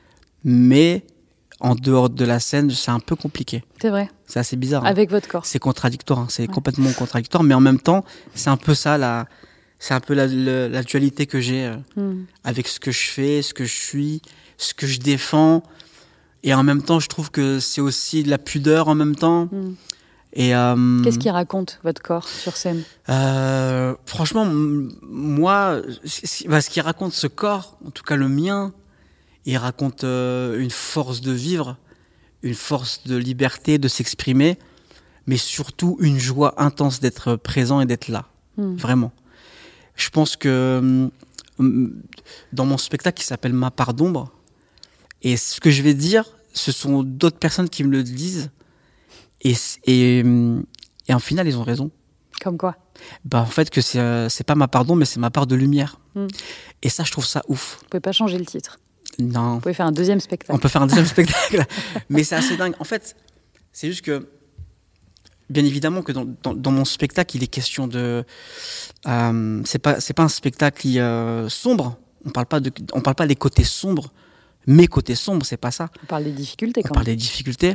mais en dehors de la scène, c'est un peu compliqué. C'est vrai. C'est assez bizarre. Avec hein. votre corps. C'est contradictoire. Hein. C'est ouais. complètement contradictoire, mais en même temps, c'est un peu ça, la, c'est un peu la, la, la dualité que j'ai euh, mm. avec ce que je fais, ce que je suis, ce que je défends. Et en même temps, je trouve que c'est aussi de la pudeur en même temps. Mm. Et euh, qu'est-ce qu'il raconte, votre corps, sur scène ? euh, Franchement, m- moi, c- bah, ce qu'il raconte, ce corps, en tout cas le mien, il raconte euh, une force de vivre, une force de liberté, de s'exprimer, mais surtout une joie intense d'être présent et d'être là. Mmh. Vraiment. Je pense que euh, dans mon spectacle qui s'appelle Ma part d'ombre, et ce que je vais dire, ce sont d'autres personnes qui me le disent, et, et, et en final, ils ont raison. Comme quoi ? Bah, en fait, que c'est, euh, c'est pas ma part d'ombre, mais c'est ma part de lumière. Mmh. Et ça, je trouve ça ouf. Vous pouvez pas changer le titre ? Non. Vous pouvez faire un deuxième spectacle. On peut faire un deuxième spectacle, mais c'est assez dingue. En fait, c'est juste que, bien évidemment, que dans, dans, dans mon spectacle, il est question de, euh, c'est pas, c'est pas un spectacle qui, euh, sombre. On parle pas de, on parle pas des côtés sombres. Mes côtés sombres, c'est pas ça. On parle des difficultés. Quand on même. parle des difficultés,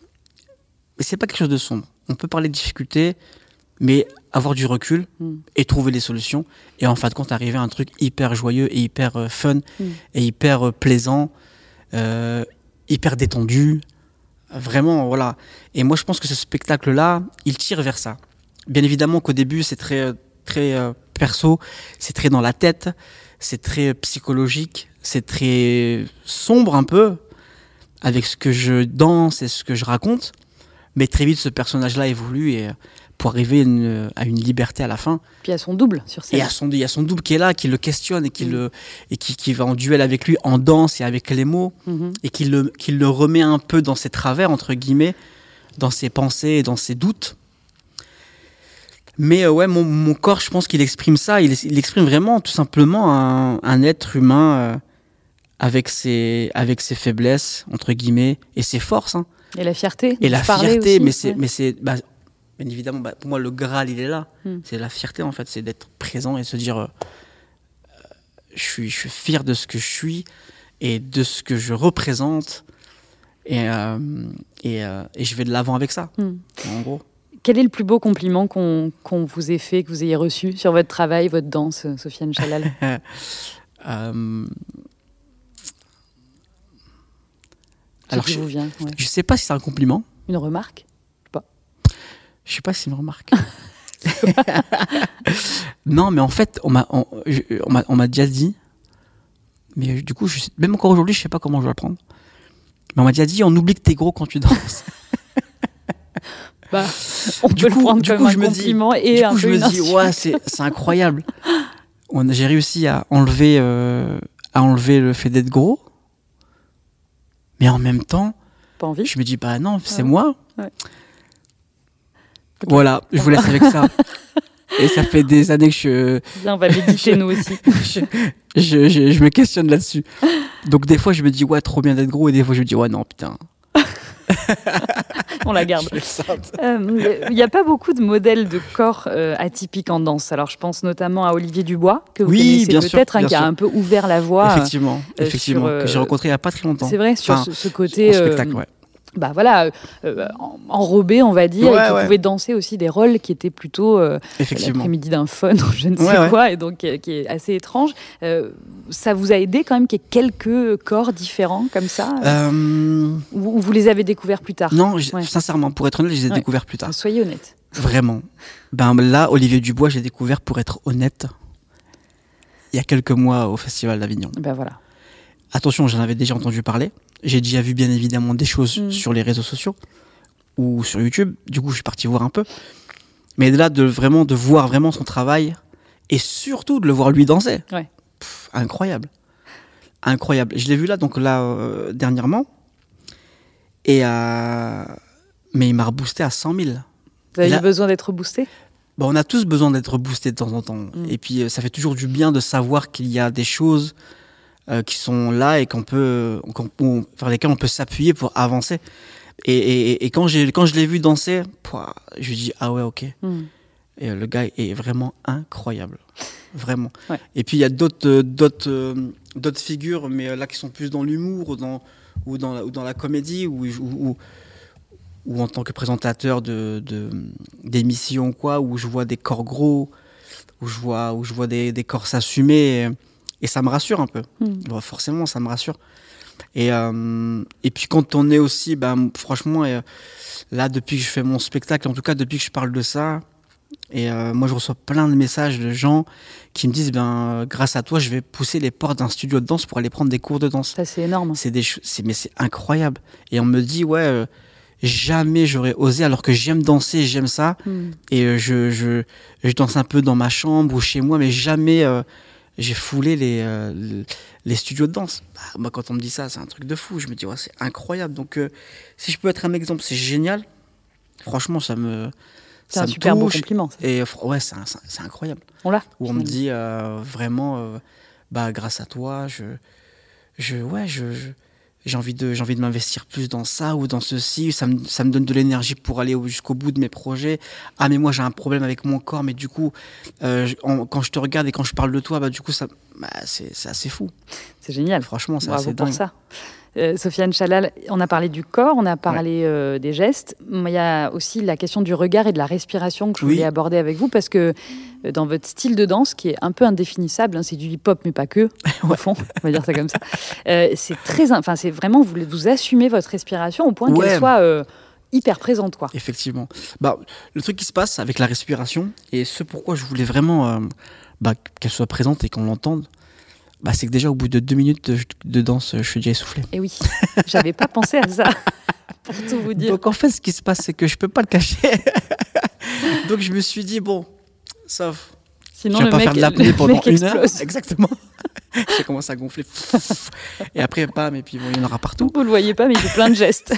mais c'est pas quelque chose de sombre. On peut parler de difficultés, mais avoir du recul mm. et trouver des solutions, et en fin de compte arriver à un truc hyper joyeux et hyper euh, fun mm. et hyper euh, plaisant, euh, hyper détendu, vraiment, voilà. Et moi je pense que ce spectacle là il tire vers ça. Bien évidemment qu'au début c'est très très euh, perso, c'est très dans la tête, c'est très psychologique, c'est très sombre un peu avec ce que je danse et ce que je raconte, mais très vite ce personnage là évolue et pour arriver une, à une liberté à la fin. Puis il y a son double sur scène. Et il y a son double qui est là, qui le questionne et qui, mmh. le, et qui, qui va en duel avec lui, en danse et avec les mots, mmh. et qui le, qui le remet un peu dans ses travers, entre guillemets, dans ses pensées et dans ses doutes. Mais euh, ouais, mon, mon corps, je pense qu'il exprime ça. Il, il exprime vraiment, tout simplement, un, un être humain euh, avec, ses, avec ses faiblesses, entre guillemets, et ses forces. Hein. Et la fierté. Et la fierté, aussi, mais c'est... ouais. Mais c'est bah, bien évidemment, bah, pour moi, le Graal, il est là. Mm. C'est la fierté, en fait. C'est d'être présent et se dire euh, je suis, je suis fier de ce que je suis et de ce que je représente. Et, euh, et, euh, et je vais de l'avant avec ça, mm. en gros. Quel est le plus beau compliment qu'on, qu'on vous ait fait, que vous ayez reçu sur votre travail, votre danse, Sofiane Chalal? euh... Alors, qui je, vous vient, ouais. je sais pas si c'est un compliment. Une remarque? Pas. Je sais pas si c'est une remarque. Non, mais en fait, on m'a, on, je, on m'a, on m'a déjà dit, mais du coup, je sais, même encore aujourd'hui, je sais pas comment je dois le prendre. Mais on m'a déjà dit, on oublie que t'es gros quand tu danses. Bah, on du peut coup, le prendre du comme coup, un je me compliment dis, et du un coup, peu je me une dis, ouais, c'est, c'est incroyable. On, j'ai réussi à enlever, euh, à enlever le fait d'être gros, mais en même temps, pas envie. Je me dis, bah non, c'est ouais. moi. Ouais. Okay. Voilà, je vous laisse avec ça. Et ça fait des années que je... Bien, on va méditer nous aussi. je, je, je, je me questionne là-dessus. Donc des fois, je me dis, ouais, trop bien d'être gros. Et des fois, je me dis, ouais, non, putain. On la garde. Il euh, n'y a pas beaucoup de modèles de corps euh, atypiques en danse. Alors, je pense notamment à Olivier Dubois, que vous oui, connaissez peut-être, sûr, hein, qui sûr. a un peu ouvert la voie. Effectivement, euh, effectivement sur, euh, que j'ai rencontré il n'y a pas très longtemps. C'est vrai, sur enfin, ce, ce côté... Au spectacle, euh, ouais. Bah voilà, euh, enrobé, on va dire, ouais, et qui ouais. pouvait danser aussi des rôles qui étaient plutôt euh, l'après-midi d'un fun ou je ne sais ouais, quoi, ouais. et donc qui est assez étrange. Euh, ça vous a aidé quand même qu'il y ait quelques corps différents comme ça euh... ou, ou vous les avez découverts plus tard? Non, ouais. sincèrement, pour être honnête, je les ai ouais. découverts plus tard. Soyez honnête. Vraiment. Ben là, Olivier Dubois, j'ai découvert, pour être honnête, il y a quelques mois au Festival d'Avignon. Ben voilà. Attention, j'en avais déjà entendu parler. J'ai déjà vu bien évidemment des choses mmh. sur les réseaux sociaux ou sur YouTube. Du coup, je suis parti voir un peu. Mais là, de vraiment de voir vraiment son travail et surtout de le voir lui danser. Ouais. Pff, incroyable, incroyable. Je l'ai vu là donc là euh, dernièrement. Et euh... mais il m'a reboosté à cent mille. Vous avez là... eu besoin d'être boosté? Bah, on a tous besoin d'être boosté de temps en temps. Mmh. Et puis, euh, ça fait toujours du bien de savoir qu'il y a des choses euh, qui sont là et qu'on peut, qu'on, on, vers lesquelles on peut s'appuyer pour avancer. Et, et, et quand, j'ai, quand je l'ai vu danser, pouah, je lui dis ah ouais, ok. Mmh. Et euh, le gars est vraiment incroyable. Vraiment. Ouais. Et puis, il y a d'autres, euh, d'autres, euh, d'autres figures, mais euh, là qui sont plus dans l'humour ou dans, ou dans, la, ou dans la comédie, ou. ou ou en tant que présentateur de, de, d'émissions, quoi, où je vois des corps gros, où je vois, où je vois des, des corps s'assumer, et, et ça me rassure un peu. Mmh. Alors forcément, ça me rassure. Et, euh, et puis quand on est aussi, ben, franchement, euh, là, depuis que je fais mon spectacle, en tout cas depuis que je parle de ça, et euh, moi je reçois plein de messages de gens qui me disent, ben, grâce à toi, je vais pousser les portes d'un studio de danse pour aller prendre des cours de danse. Ça, c'est énorme. C'est des, c'est, mais c'est incroyable. Et on me dit, ouais... Euh, jamais j'aurais osé, alors que j'aime danser, j'aime ça, mm. et euh, je, je, je danse un peu dans ma chambre ou chez moi, mais jamais euh, j'ai foulé les, euh, les studios de danse. Bah, moi, quand on me dit ça, c'est un truc de fou. Je me dis, ouais, c'est incroyable. Donc, euh, si je peux être un exemple, c'est génial. Franchement, ça me C'est ça un me super touche. beau compliment. Ça. Et ouais, c'est, c'est, c'est incroyable. On l'a. Où on me dit euh, vraiment, euh, bah, grâce à toi, je, je, ouais, je, je J'ai envie, de, j'ai envie de m'investir plus dans ça ou dans ceci. Ça me, ça me donne de l'énergie pour aller jusqu'au bout de mes projets. Ah, mais moi, j'ai un problème avec mon corps. Mais du coup, euh, en, quand je te regarde et quand je parle de toi, bah, du coup, ça, bah, c'est, c'est assez fou. C'est génial. Franchement, c'est Bravo assez pour dingue. Ça. Euh, Sofiane Chalal, on a parlé du corps, on a parlé ouais. euh, des gestes. Il y a aussi la question du regard et de la respiration que je voulais oui. aborder avec vous, parce que euh, dans votre style de danse, qui est un peu indéfinissable, hein, c'est du hip-hop, mais pas que, au fond, on va dire ça comme ça. Euh, c'est très, enfin, c'est vraiment, vous, vous assumez votre respiration au point ouais. qu'elle soit euh, hyper présente, quoi. Effectivement. Bah, le truc qui se passe avec la respiration, et ce pourquoi je voulais vraiment euh, bah, qu'elle soit présente et qu'on l'entende, bah, c'est que déjà au bout de deux minutes de, de danse, je suis déjà essoufflé. Et oui, j'avais pas pensé à ça, pour tout vous dire. Donc en fait, ce qui se passe, c'est que je peux pas le cacher. Donc je me suis dit, bon, sauf, sinon je vais le pas mec, faire de l'apnée pendant une explose. heure. Exactement. J'ai commencé à gonfler. Et après, bam, et puis bon, il y en aura partout. Vous le voyez pas, mais il fait plein de gestes.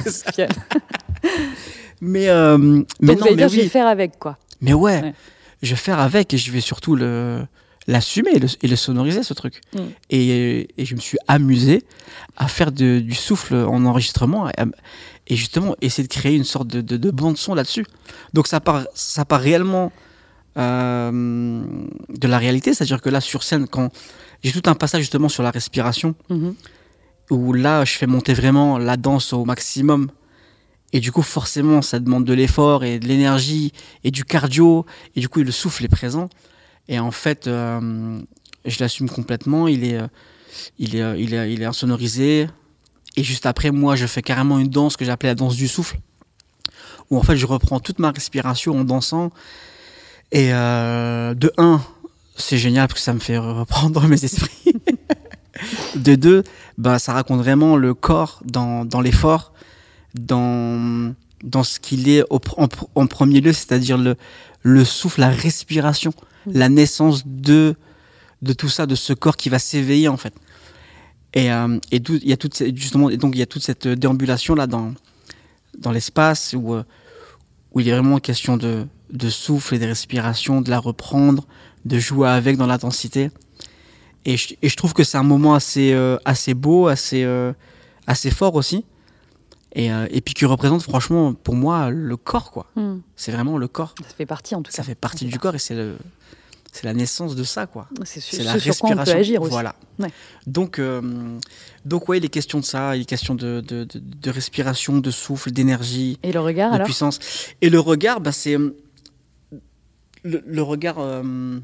mais euh, mais Donc non, vous allez mais dire, oui. je vais faire avec, quoi. Mais ouais, ouais, je vais faire avec et je vais surtout le l'assumer et le, et le sonoriser, ce truc. Mm. Et, et je me suis amusé à faire de, du souffle en enregistrement et, et justement essayer de créer une sorte de, de, de bande-son là-dessus. Donc ça part, ça part réellement euh, de la réalité, c'est-à-dire que là, sur scène, quand j'ai tout un passage justement sur la respiration, mm-hmm. où là, je fais monter vraiment la danse au maximum. Et du coup, forcément, ça demande de l'effort et de l'énergie et du cardio. Et du coup, le souffle est présent. Et en fait, euh, je l'assume complètement. Il est, euh, il est, euh, il est, il est insonorisé. Et juste après, moi, je fais carrément une danse que j'appelais la danse du souffle, où en fait, je reprends toute ma respiration en dansant. Et euh, de un, c'est génial parce que ça me fait reprendre mes esprits. De deux, bah, ça raconte vraiment le corps dans, dans l'effort, dans, dans ce qu'il est au, en, en premier lieu, c'est-à-dire le, le souffle, la respiration, mmh. la naissance de, de tout ça, de ce corps qui va s'éveiller en fait. Et euh, et il y a toute justement, et donc il y a toute cette déambulation là dans dans l'espace où où il est vraiment question de de souffle et de respiration, de la reprendre, de jouer avec dans l'intensité. Et je, et je trouve que c'est un moment assez euh, assez beau, assez euh, assez fort aussi. Et euh, et puis qui représente franchement pour moi le corps quoi. Mm. C'est vraiment le corps. Ça fait partie en tout cas. Ça fait partie du corps et c'est le c'est la naissance de ça quoi. C'est, su- c'est la sur respiration. Quoi on peut agir aussi. Voilà. Ouais. Donc euh, donc ouais, il est question de ça, il est question de de de, de respiration, de souffle, d'énergie. Et le regard de alors puissance. Et le regard, bah c'est le, le regard. Euh,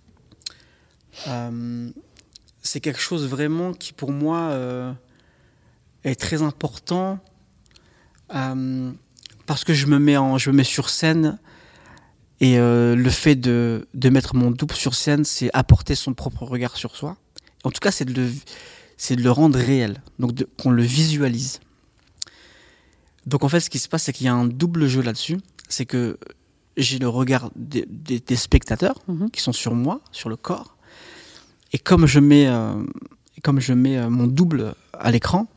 euh, c'est quelque chose vraiment qui pour moi euh, est très important euh, parce que je me mets en, je me mets sur scène et euh, le fait de de mettre mon double sur scène, c'est apporter son propre regard sur soi. En tout cas, c'est de le c'est de le rendre réel, donc de, qu'on le visualise. Donc en fait, ce qui se passe, c'est qu'il y a un double jeu là-dessus, c'est que j'ai le regard des, des, des spectateurs mmh. qui sont sur moi, sur le corps. Et comme je mets, euh, comme je mets euh, mon double à l'écran,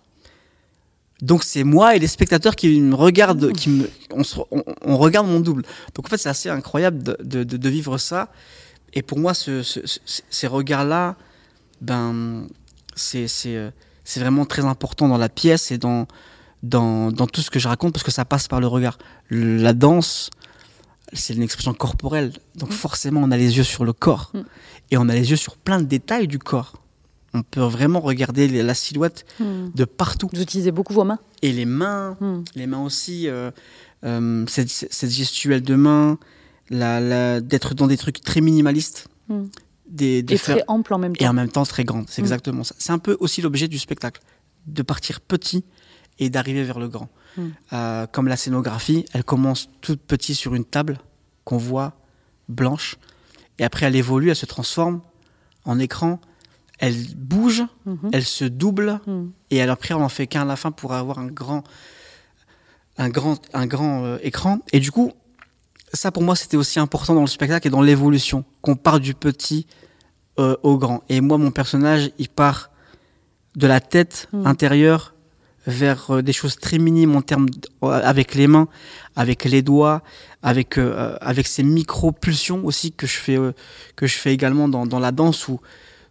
donc c'est moi et les spectateurs qui me regardent, qui me, on, se, on, on regarde mon double. Donc en fait, c'est assez incroyable de, de, de vivre ça. Et pour moi, ce, ce, ce, ces regards-là, ben, c'est, c'est, c'est vraiment très important dans la pièce et dans, dans, dans tout ce que je raconte parce que ça passe par le regard. Le, la danse, c'est une expression corporelle. Donc mmh. forcément, on a les yeux sur le corps. Mmh. Et on a les yeux sur plein de détails du corps. On peut vraiment regarder les, la silhouette mmh. de partout. Vous utilisez beaucoup vos mains ? Et les mains, mmh. les mains aussi. Euh, euh, cette, cette gestuelle de main, la, la, d'être dans des trucs très minimalistes. Mmh. Des, de et faire, très ample en même temps. Et en même temps très grande. C'est mmh. exactement ça. C'est un peu aussi l'objet du spectacle. De partir petit et d'arriver vers le grand. Mmh. Euh, comme la scénographie, elle commence toute petite sur une table qu'on voit blanche. Et après, elle évolue, elle se transforme en écran. Elle bouge, mmh. elle se double. Mmh. Et après, on n'en fait qu'un à la fin pour avoir un grand, un grand, un grand euh, écran. Et du coup, ça, pour moi, c'était aussi important dans le spectacle et dans l'évolution. Qu'on part du petit euh, au grand. Et moi, mon personnage, il part de la tête mmh. intérieure vers euh, des choses très minimes en termes d- avec les mains, avec les doigts, avec euh, avec ces micro-pulsions aussi que je fais euh, que je fais également dans dans la danse où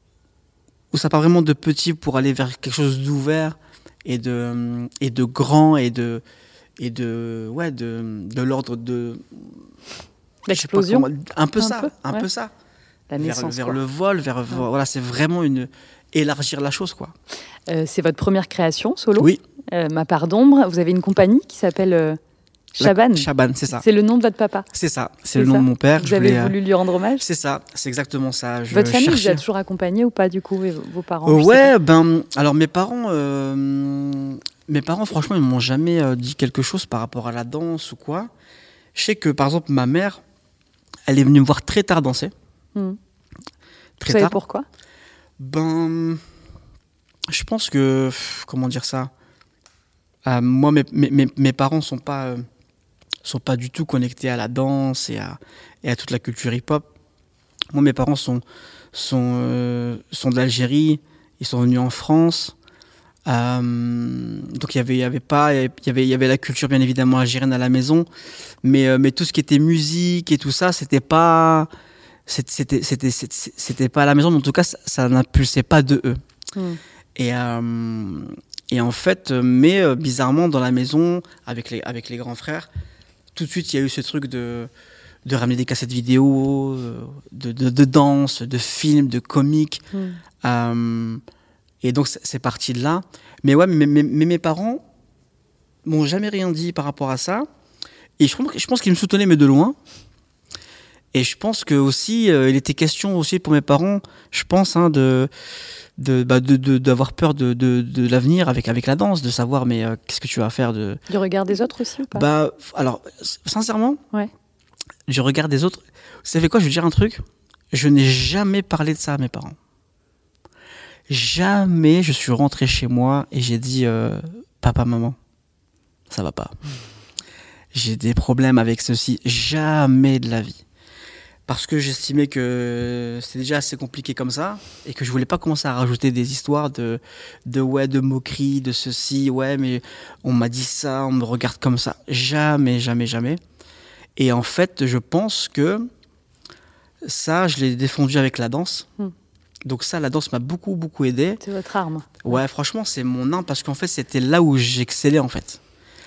où ça part vraiment de petit pour aller vers quelque chose d'ouvert et de et de grand et de et de ouais de de l'ordre de l'explosion, comment, un peu un ça, peu, un ouais. peu ça. La naissance, vers, vers quoi. le vol, vers ouais. voilà, c'est vraiment une élargir la chose quoi. Euh, c'est votre première création solo. Oui. Euh, Ma part d'ombre. Vous avez une compagnie qui s'appelle euh, Chaban. Chaban, c'est ça. C'est le nom de votre papa. C'est ça. C'est, c'est le nom ça. de mon père. Vous je avez voulais, voulu lui rendre hommage. C'est ça. C'est exactement ça. Je votre famille cherchais... vous a toujours accompagné ou pas du coup, vos, vos parents? euh, Ouais, ben alors mes parents, euh, mes parents franchement ils m'ont jamais euh, dit quelque chose par rapport à la danse ou quoi. Je sais que par exemple ma mère, elle est venue me voir très tard danser. Mmh. Très vous savez tard. Pourquoi? Ben je pense que, comment dire ça, euh, moi, mes, mes, mes parents sont pas, euh, sont pas du tout connectés à la danse et à, et à toute la culture hip-hop. Moi, mes parents sont, sont, euh, sont d'Algérie, ils sont venus en France. Euh, donc, il y avait, il y avait pas, il y avait, il y avait la culture, bien évidemment, algérienne à la maison. Mais, euh, mais tout ce qui était musique et tout ça, c'était pas, c'était, c'était, c'était, c'était pas à la maison, mais en tout cas, ça, ça n'impulsait pas de eux. Mmh. Et, euh, et en fait, mais euh, bizarrement, dans la maison, avec les, avec les grands frères, tout de suite, il y a eu ce truc de, de ramener des cassettes vidéo, de, de, de danse, de films, de comiques. Mm. Euh, et donc, c'est, c'est parti de là. Mais ouais, mais, mais, mais mes parents m'ont jamais rien dit par rapport à ça. Et je, je pense qu'ils me soutenaient, mais de loin. Et je pense que aussi, euh, il était question aussi pour mes parents, je pense, hein, de... De, bah de, de, d'avoir peur de, de, de l'avenir avec, avec la danse, de savoir mais euh, qu'est-ce que tu vas faire de... Du regard des autres aussi ou pas? Bah, alors, sincèrement, ouais. du regard des autres, savez quoi, je vais dire un truc. Je n'ai jamais parlé de ça à mes parents. Jamais je suis rentré chez moi et j'ai dit euh, papa, maman, ça va pas. J'ai des problèmes avec ceci. Jamais de la vie. Parce que j'estimais que c'était déjà assez compliqué comme ça et que je voulais pas commencer à rajouter des histoires de, de ouais, de moqueries, de ceci, ouais, mais on m'a dit ça, on me regarde comme ça. Jamais, jamais, jamais. Et en fait, je pense que ça, je l'ai défendu avec la danse. Hmm. Donc ça, la danse m'a beaucoup, beaucoup aidé. C'est votre arme. Ouais, franchement, c'est mon arme parce qu'en fait, c'était là où j'excellais, en fait.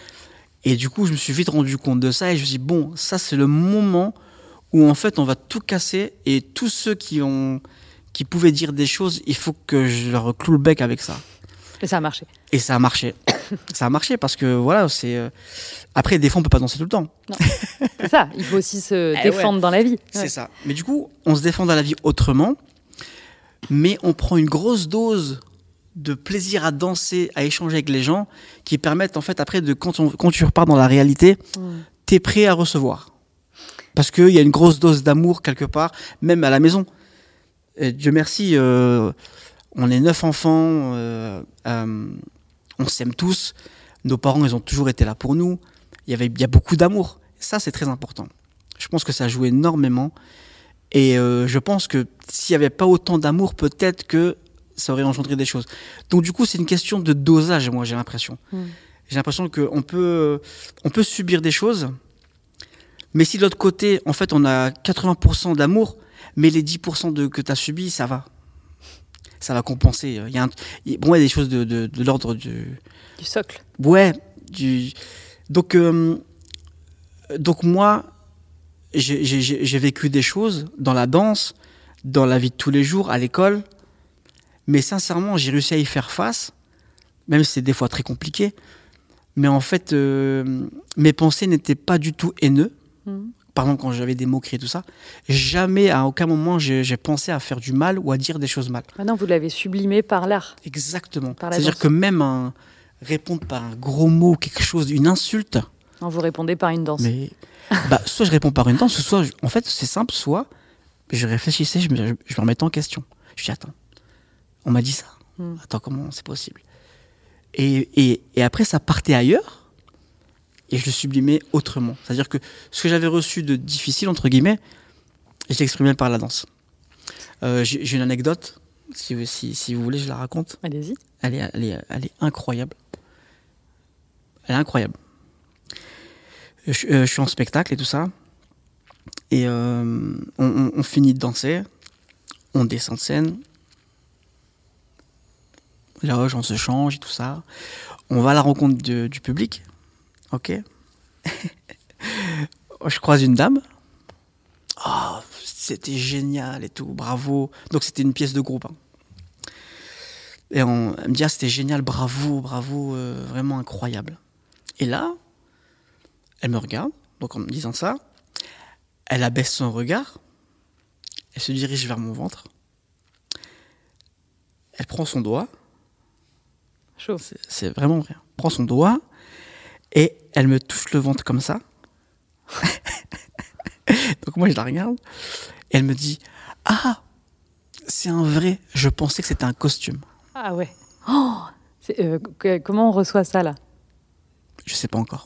Et du coup, je me suis vite rendu compte de ça et je me suis dit, bon, ça, c'est le moment où, en fait, on va tout casser et tous ceux qui ont, qui pouvaient dire des choses, il faut que je leur cloue le bec avec ça. Et ça a marché. Et ça a marché. Ça a marché parce que, voilà, c'est... Euh... Après, des fois, on peut pas danser tout le temps. Non. C'est ça, il faut aussi se défendre ouais. dans la vie. C'est ouais. ça. Mais du coup, on se défend dans la vie autrement, mais on prend une grosse dose de plaisir à danser, à échanger avec les gens, qui permettent, en fait, après, de, quand, on, quand tu repars dans la réalité, mmh. tu es prêt à recevoir. Parce qu'il y a une grosse dose d'amour quelque part, même à la maison. Et Dieu merci, euh, on est neuf enfants, euh, euh, on s'aime tous, nos parents, ils ont toujours été là pour nous, il y avait, il y a beaucoup d'amour. Ça, c'est très important. Je pense que ça joue énormément. Et euh, je pense que s'il n'y avait pas autant d'amour, peut-être que ça aurait engendré des choses. Donc du coup, c'est une question de dosage, moi, j'ai l'impression. Mmh. J'ai l'impression qu'on peut, on peut subir des choses, mais si de l'autre côté, en fait, on a quatre-vingts pour cent d'amour, mais les dix pour cent de, que tu as subi, ça va. Ça va compenser. Il y a un, il, bon, il y a des choses de, de, de l'ordre du... Du socle. Ouais. Du, donc, euh, donc moi, j'ai, j'ai, j'ai vécu des choses dans la danse, dans la vie de tous les jours, à l'école, mais sincèrement, j'ai réussi à y faire face, même si c'est des fois très compliqué. Mais en fait, euh, mes pensées n'étaient pas du tout haineuses. Mmh. Par exemple, quand j'avais des moqueries et tout ça, jamais, à aucun moment, j'ai, j'ai pensé à faire du mal ou à dire des choses mal. Maintenant, vous l'avez sublimé par l'art. Exactement. Par C'est-à-dire danse. Que même un, répondre par un gros mot, quelque chose, une insulte... Non, vous répondez par une danse. Mais, bah, soit je réponds par une danse, soit... Je, en fait, c'est simple, soit je réfléchissais, je me, je, je me remettais en question. Je dis, attends, on m'a dit ça. Mmh. Attends, comment c'est possible ? et, et, et après, ça partait ailleurs. Et je le sublimais autrement. C'est-à-dire que ce que j'avais reçu de difficile, entre guillemets, je l'exprimais par la danse. Euh, j'ai, j'ai une anecdote, si, si, si vous voulez, je la raconte. Allez-y. Elle est, elle est, elle est incroyable. Elle est incroyable. Je, euh, je suis en spectacle et tout ça. Et euh, on, on, on finit de danser. On descend de scène. Là, on se change et tout ça. On va à la rencontre de, du public. Ok. Je croise une dame. Oh, c'était génial et tout, bravo. Donc c'était une pièce de groupe. Hein. Et on, elle me dit, ah, c'était génial, bravo, bravo, euh, vraiment incroyable. Et là, elle me regarde, donc en me disant ça, elle abaisse son regard, elle se dirige vers mon ventre, elle prend son doigt. Chaud. C'est, c'est vraiment vrai. Elle prend son doigt. Et elle me touche le ventre comme ça. Donc moi, je la regarde. Et elle me dit, ah, c'est un vrai. Je pensais que c'était un costume. Ah ouais. Oh, c'est, euh, que, comment on reçoit ça, là ? Je sais pas encore.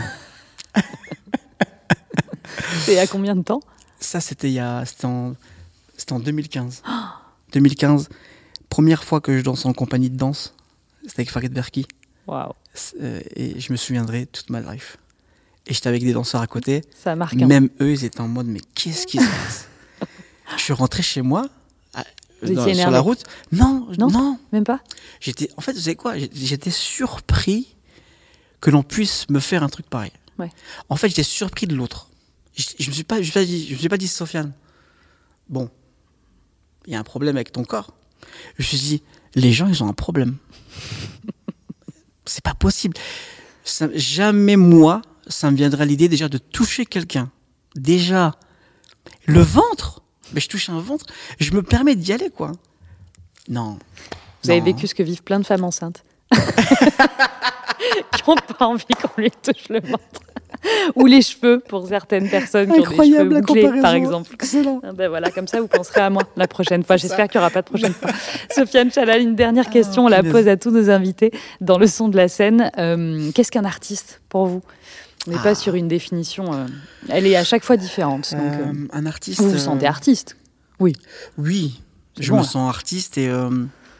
C'est à combien de temps ? Ça, c'était, il y a, c'était, en, c'était en deux mille quinze. Oh. deux mille quinze, première fois que je danse en compagnie de danse. C'était avec Farid Berki. Waouh. Euh, et je me souviendrai toute ma life. Et j'étais avec des danseurs à côté. Ça marque. Même eux, ils étaient en mode, mais qu'est-ce qui se passe ? Je suis rentré chez moi, à, dans, sur la route. Non, non, non, même pas. J'étais, en fait, vous savez quoi ? J'étais surpris que l'on puisse me faire un truc pareil. Ouais. En fait, j'étais surpris de l'autre. Je, je me suis pas, je me suis pas dit, je me suis pas dit, Sofiane, bon, il y a un problème avec ton corps. Je me suis dit, les gens, ils ont un problème. C'est pas possible. Ça, jamais moi, ça me viendrait à l'idée déjà de toucher quelqu'un. Déjà, le ventre. Mais je touche un ventre. Je me permets d'y aller, quoi. Non. Vous non. avez vécu ce que vivent plein de femmes enceintes. Qui n'ont pas envie qu'on lui touche le ventre. Ou les cheveux, pour certaines personnes qui Incroyable, ont des cheveux bouclés, par exemple. Excellent. Ben voilà, comme ça, vous penserez à moi la prochaine fois. J'espère qu'il n'y aura pas de prochaine fois. Sofiane Chalal, une dernière question, ah, on la pose à tous nos invités dans le son de la scène. Euh, qu'est-ce qu'un artiste pour vous ? On n'est ah. pas sur une définition. Euh, elle est à chaque fois différente. Donc, euh, euh, un artiste. Vous vous sentez artiste ? Oui. Oui, je bon, me là. sens artiste et. Euh,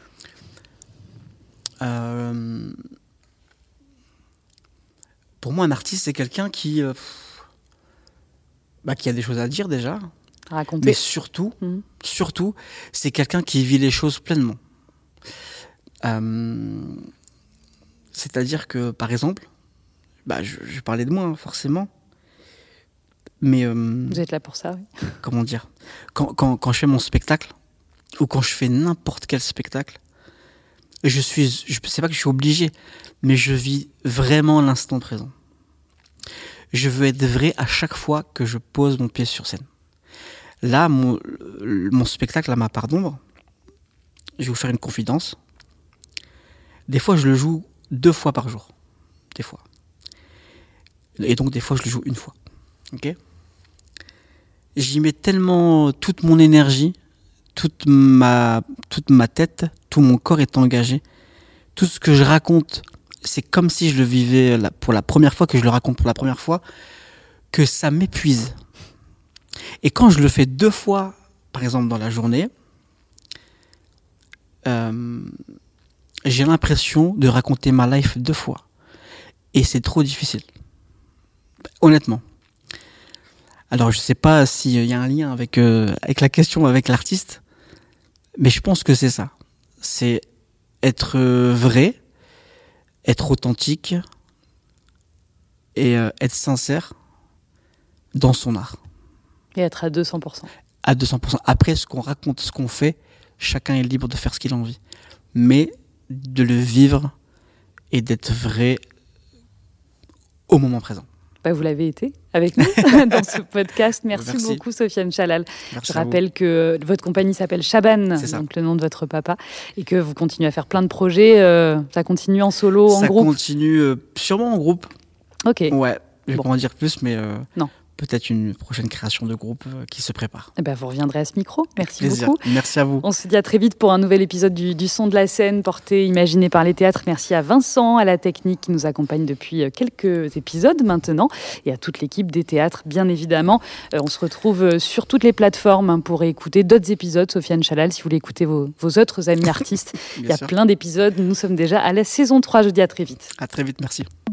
euh, pour moi, un artiste, c'est quelqu'un qui. Euh, bah, qui a des choses à dire déjà. Raconter. Mais surtout, mmh. surtout, c'est quelqu'un qui vit les choses pleinement. Euh, c'est-à-dire que, par exemple, bah, je, je parlais de moi, hein, forcément. Mais, euh, vous êtes là pour ça, oui. Comment dire, quand, quand, quand je fais mon spectacle, ou quand je fais n'importe quel spectacle, je suis, je sais pas que je suis obligé, mais je vis vraiment l'instant présent. Je veux être vrai à chaque fois que je pose mon pied sur scène. Là, mon, mon spectacle, à ma part d'ombre, je vais vous faire une confidence. Des fois, je le joue deux fois par jour. Des fois. Et donc, des fois, je le joue une fois. Ok ? J'y mets tellement toute mon énergie, toute ma, toute ma tête, tout mon corps est engagé. Tout ce que je raconte, c'est comme si je le vivais pour la première fois, que je le raconte pour la première fois, que ça m'épuise. Et quand je le fais deux fois, par exemple dans la journée, euh, j'ai l'impression de raconter ma life deux fois. Et c'est trop difficile. Honnêtement. Alors, je ne sais pas s'il y a un lien avec, euh, avec la question, avec l'artiste, mais je pense que c'est ça. C'est être vrai, être authentique et euh, être sincère dans son art. Et être à deux cents pour cent. À deux cents pour cent. Après, ce qu'on raconte, ce qu'on fait, chacun est libre de faire ce qu'il a envie. Mais de le vivre et d'être vrai au moment présent. Bah, vous l'avez été avec nous dans ce podcast. Merci, Merci. beaucoup, Sofiane Chalal. Merci Je rappelle que votre compagnie s'appelle Chaban, donc le nom de votre papa, et que vous continuez à faire plein de projets. Euh, ça continue en solo, en ça groupe ? Ça continue euh, sûrement en groupe. Ok. Ouais, je vais bon. pas en dire plus, mais euh, non. peut-être une prochaine création de groupe euh, qui se prépare. Eh ben, vous reviendrez à ce micro. Merci Plaisir. beaucoup. Merci à vous. On se dit à très vite pour un nouvel épisode du, du Son de la scène, porté, imaginé par les théâtres. Merci à Vincent, à la technique qui nous accompagne depuis quelques épisodes maintenant, et à toute l'équipe des théâtres, bien évidemment. Euh, on se retrouve sur toutes les plateformes hein, pour écouter d'autres épisodes. Sofiane Chalal, si vous voulez écouter vos, vos autres amis artistes, il y a sûr. plein d'épisodes. Nous sommes déjà à la saison trois. Je dis à très vite. À très vite, merci.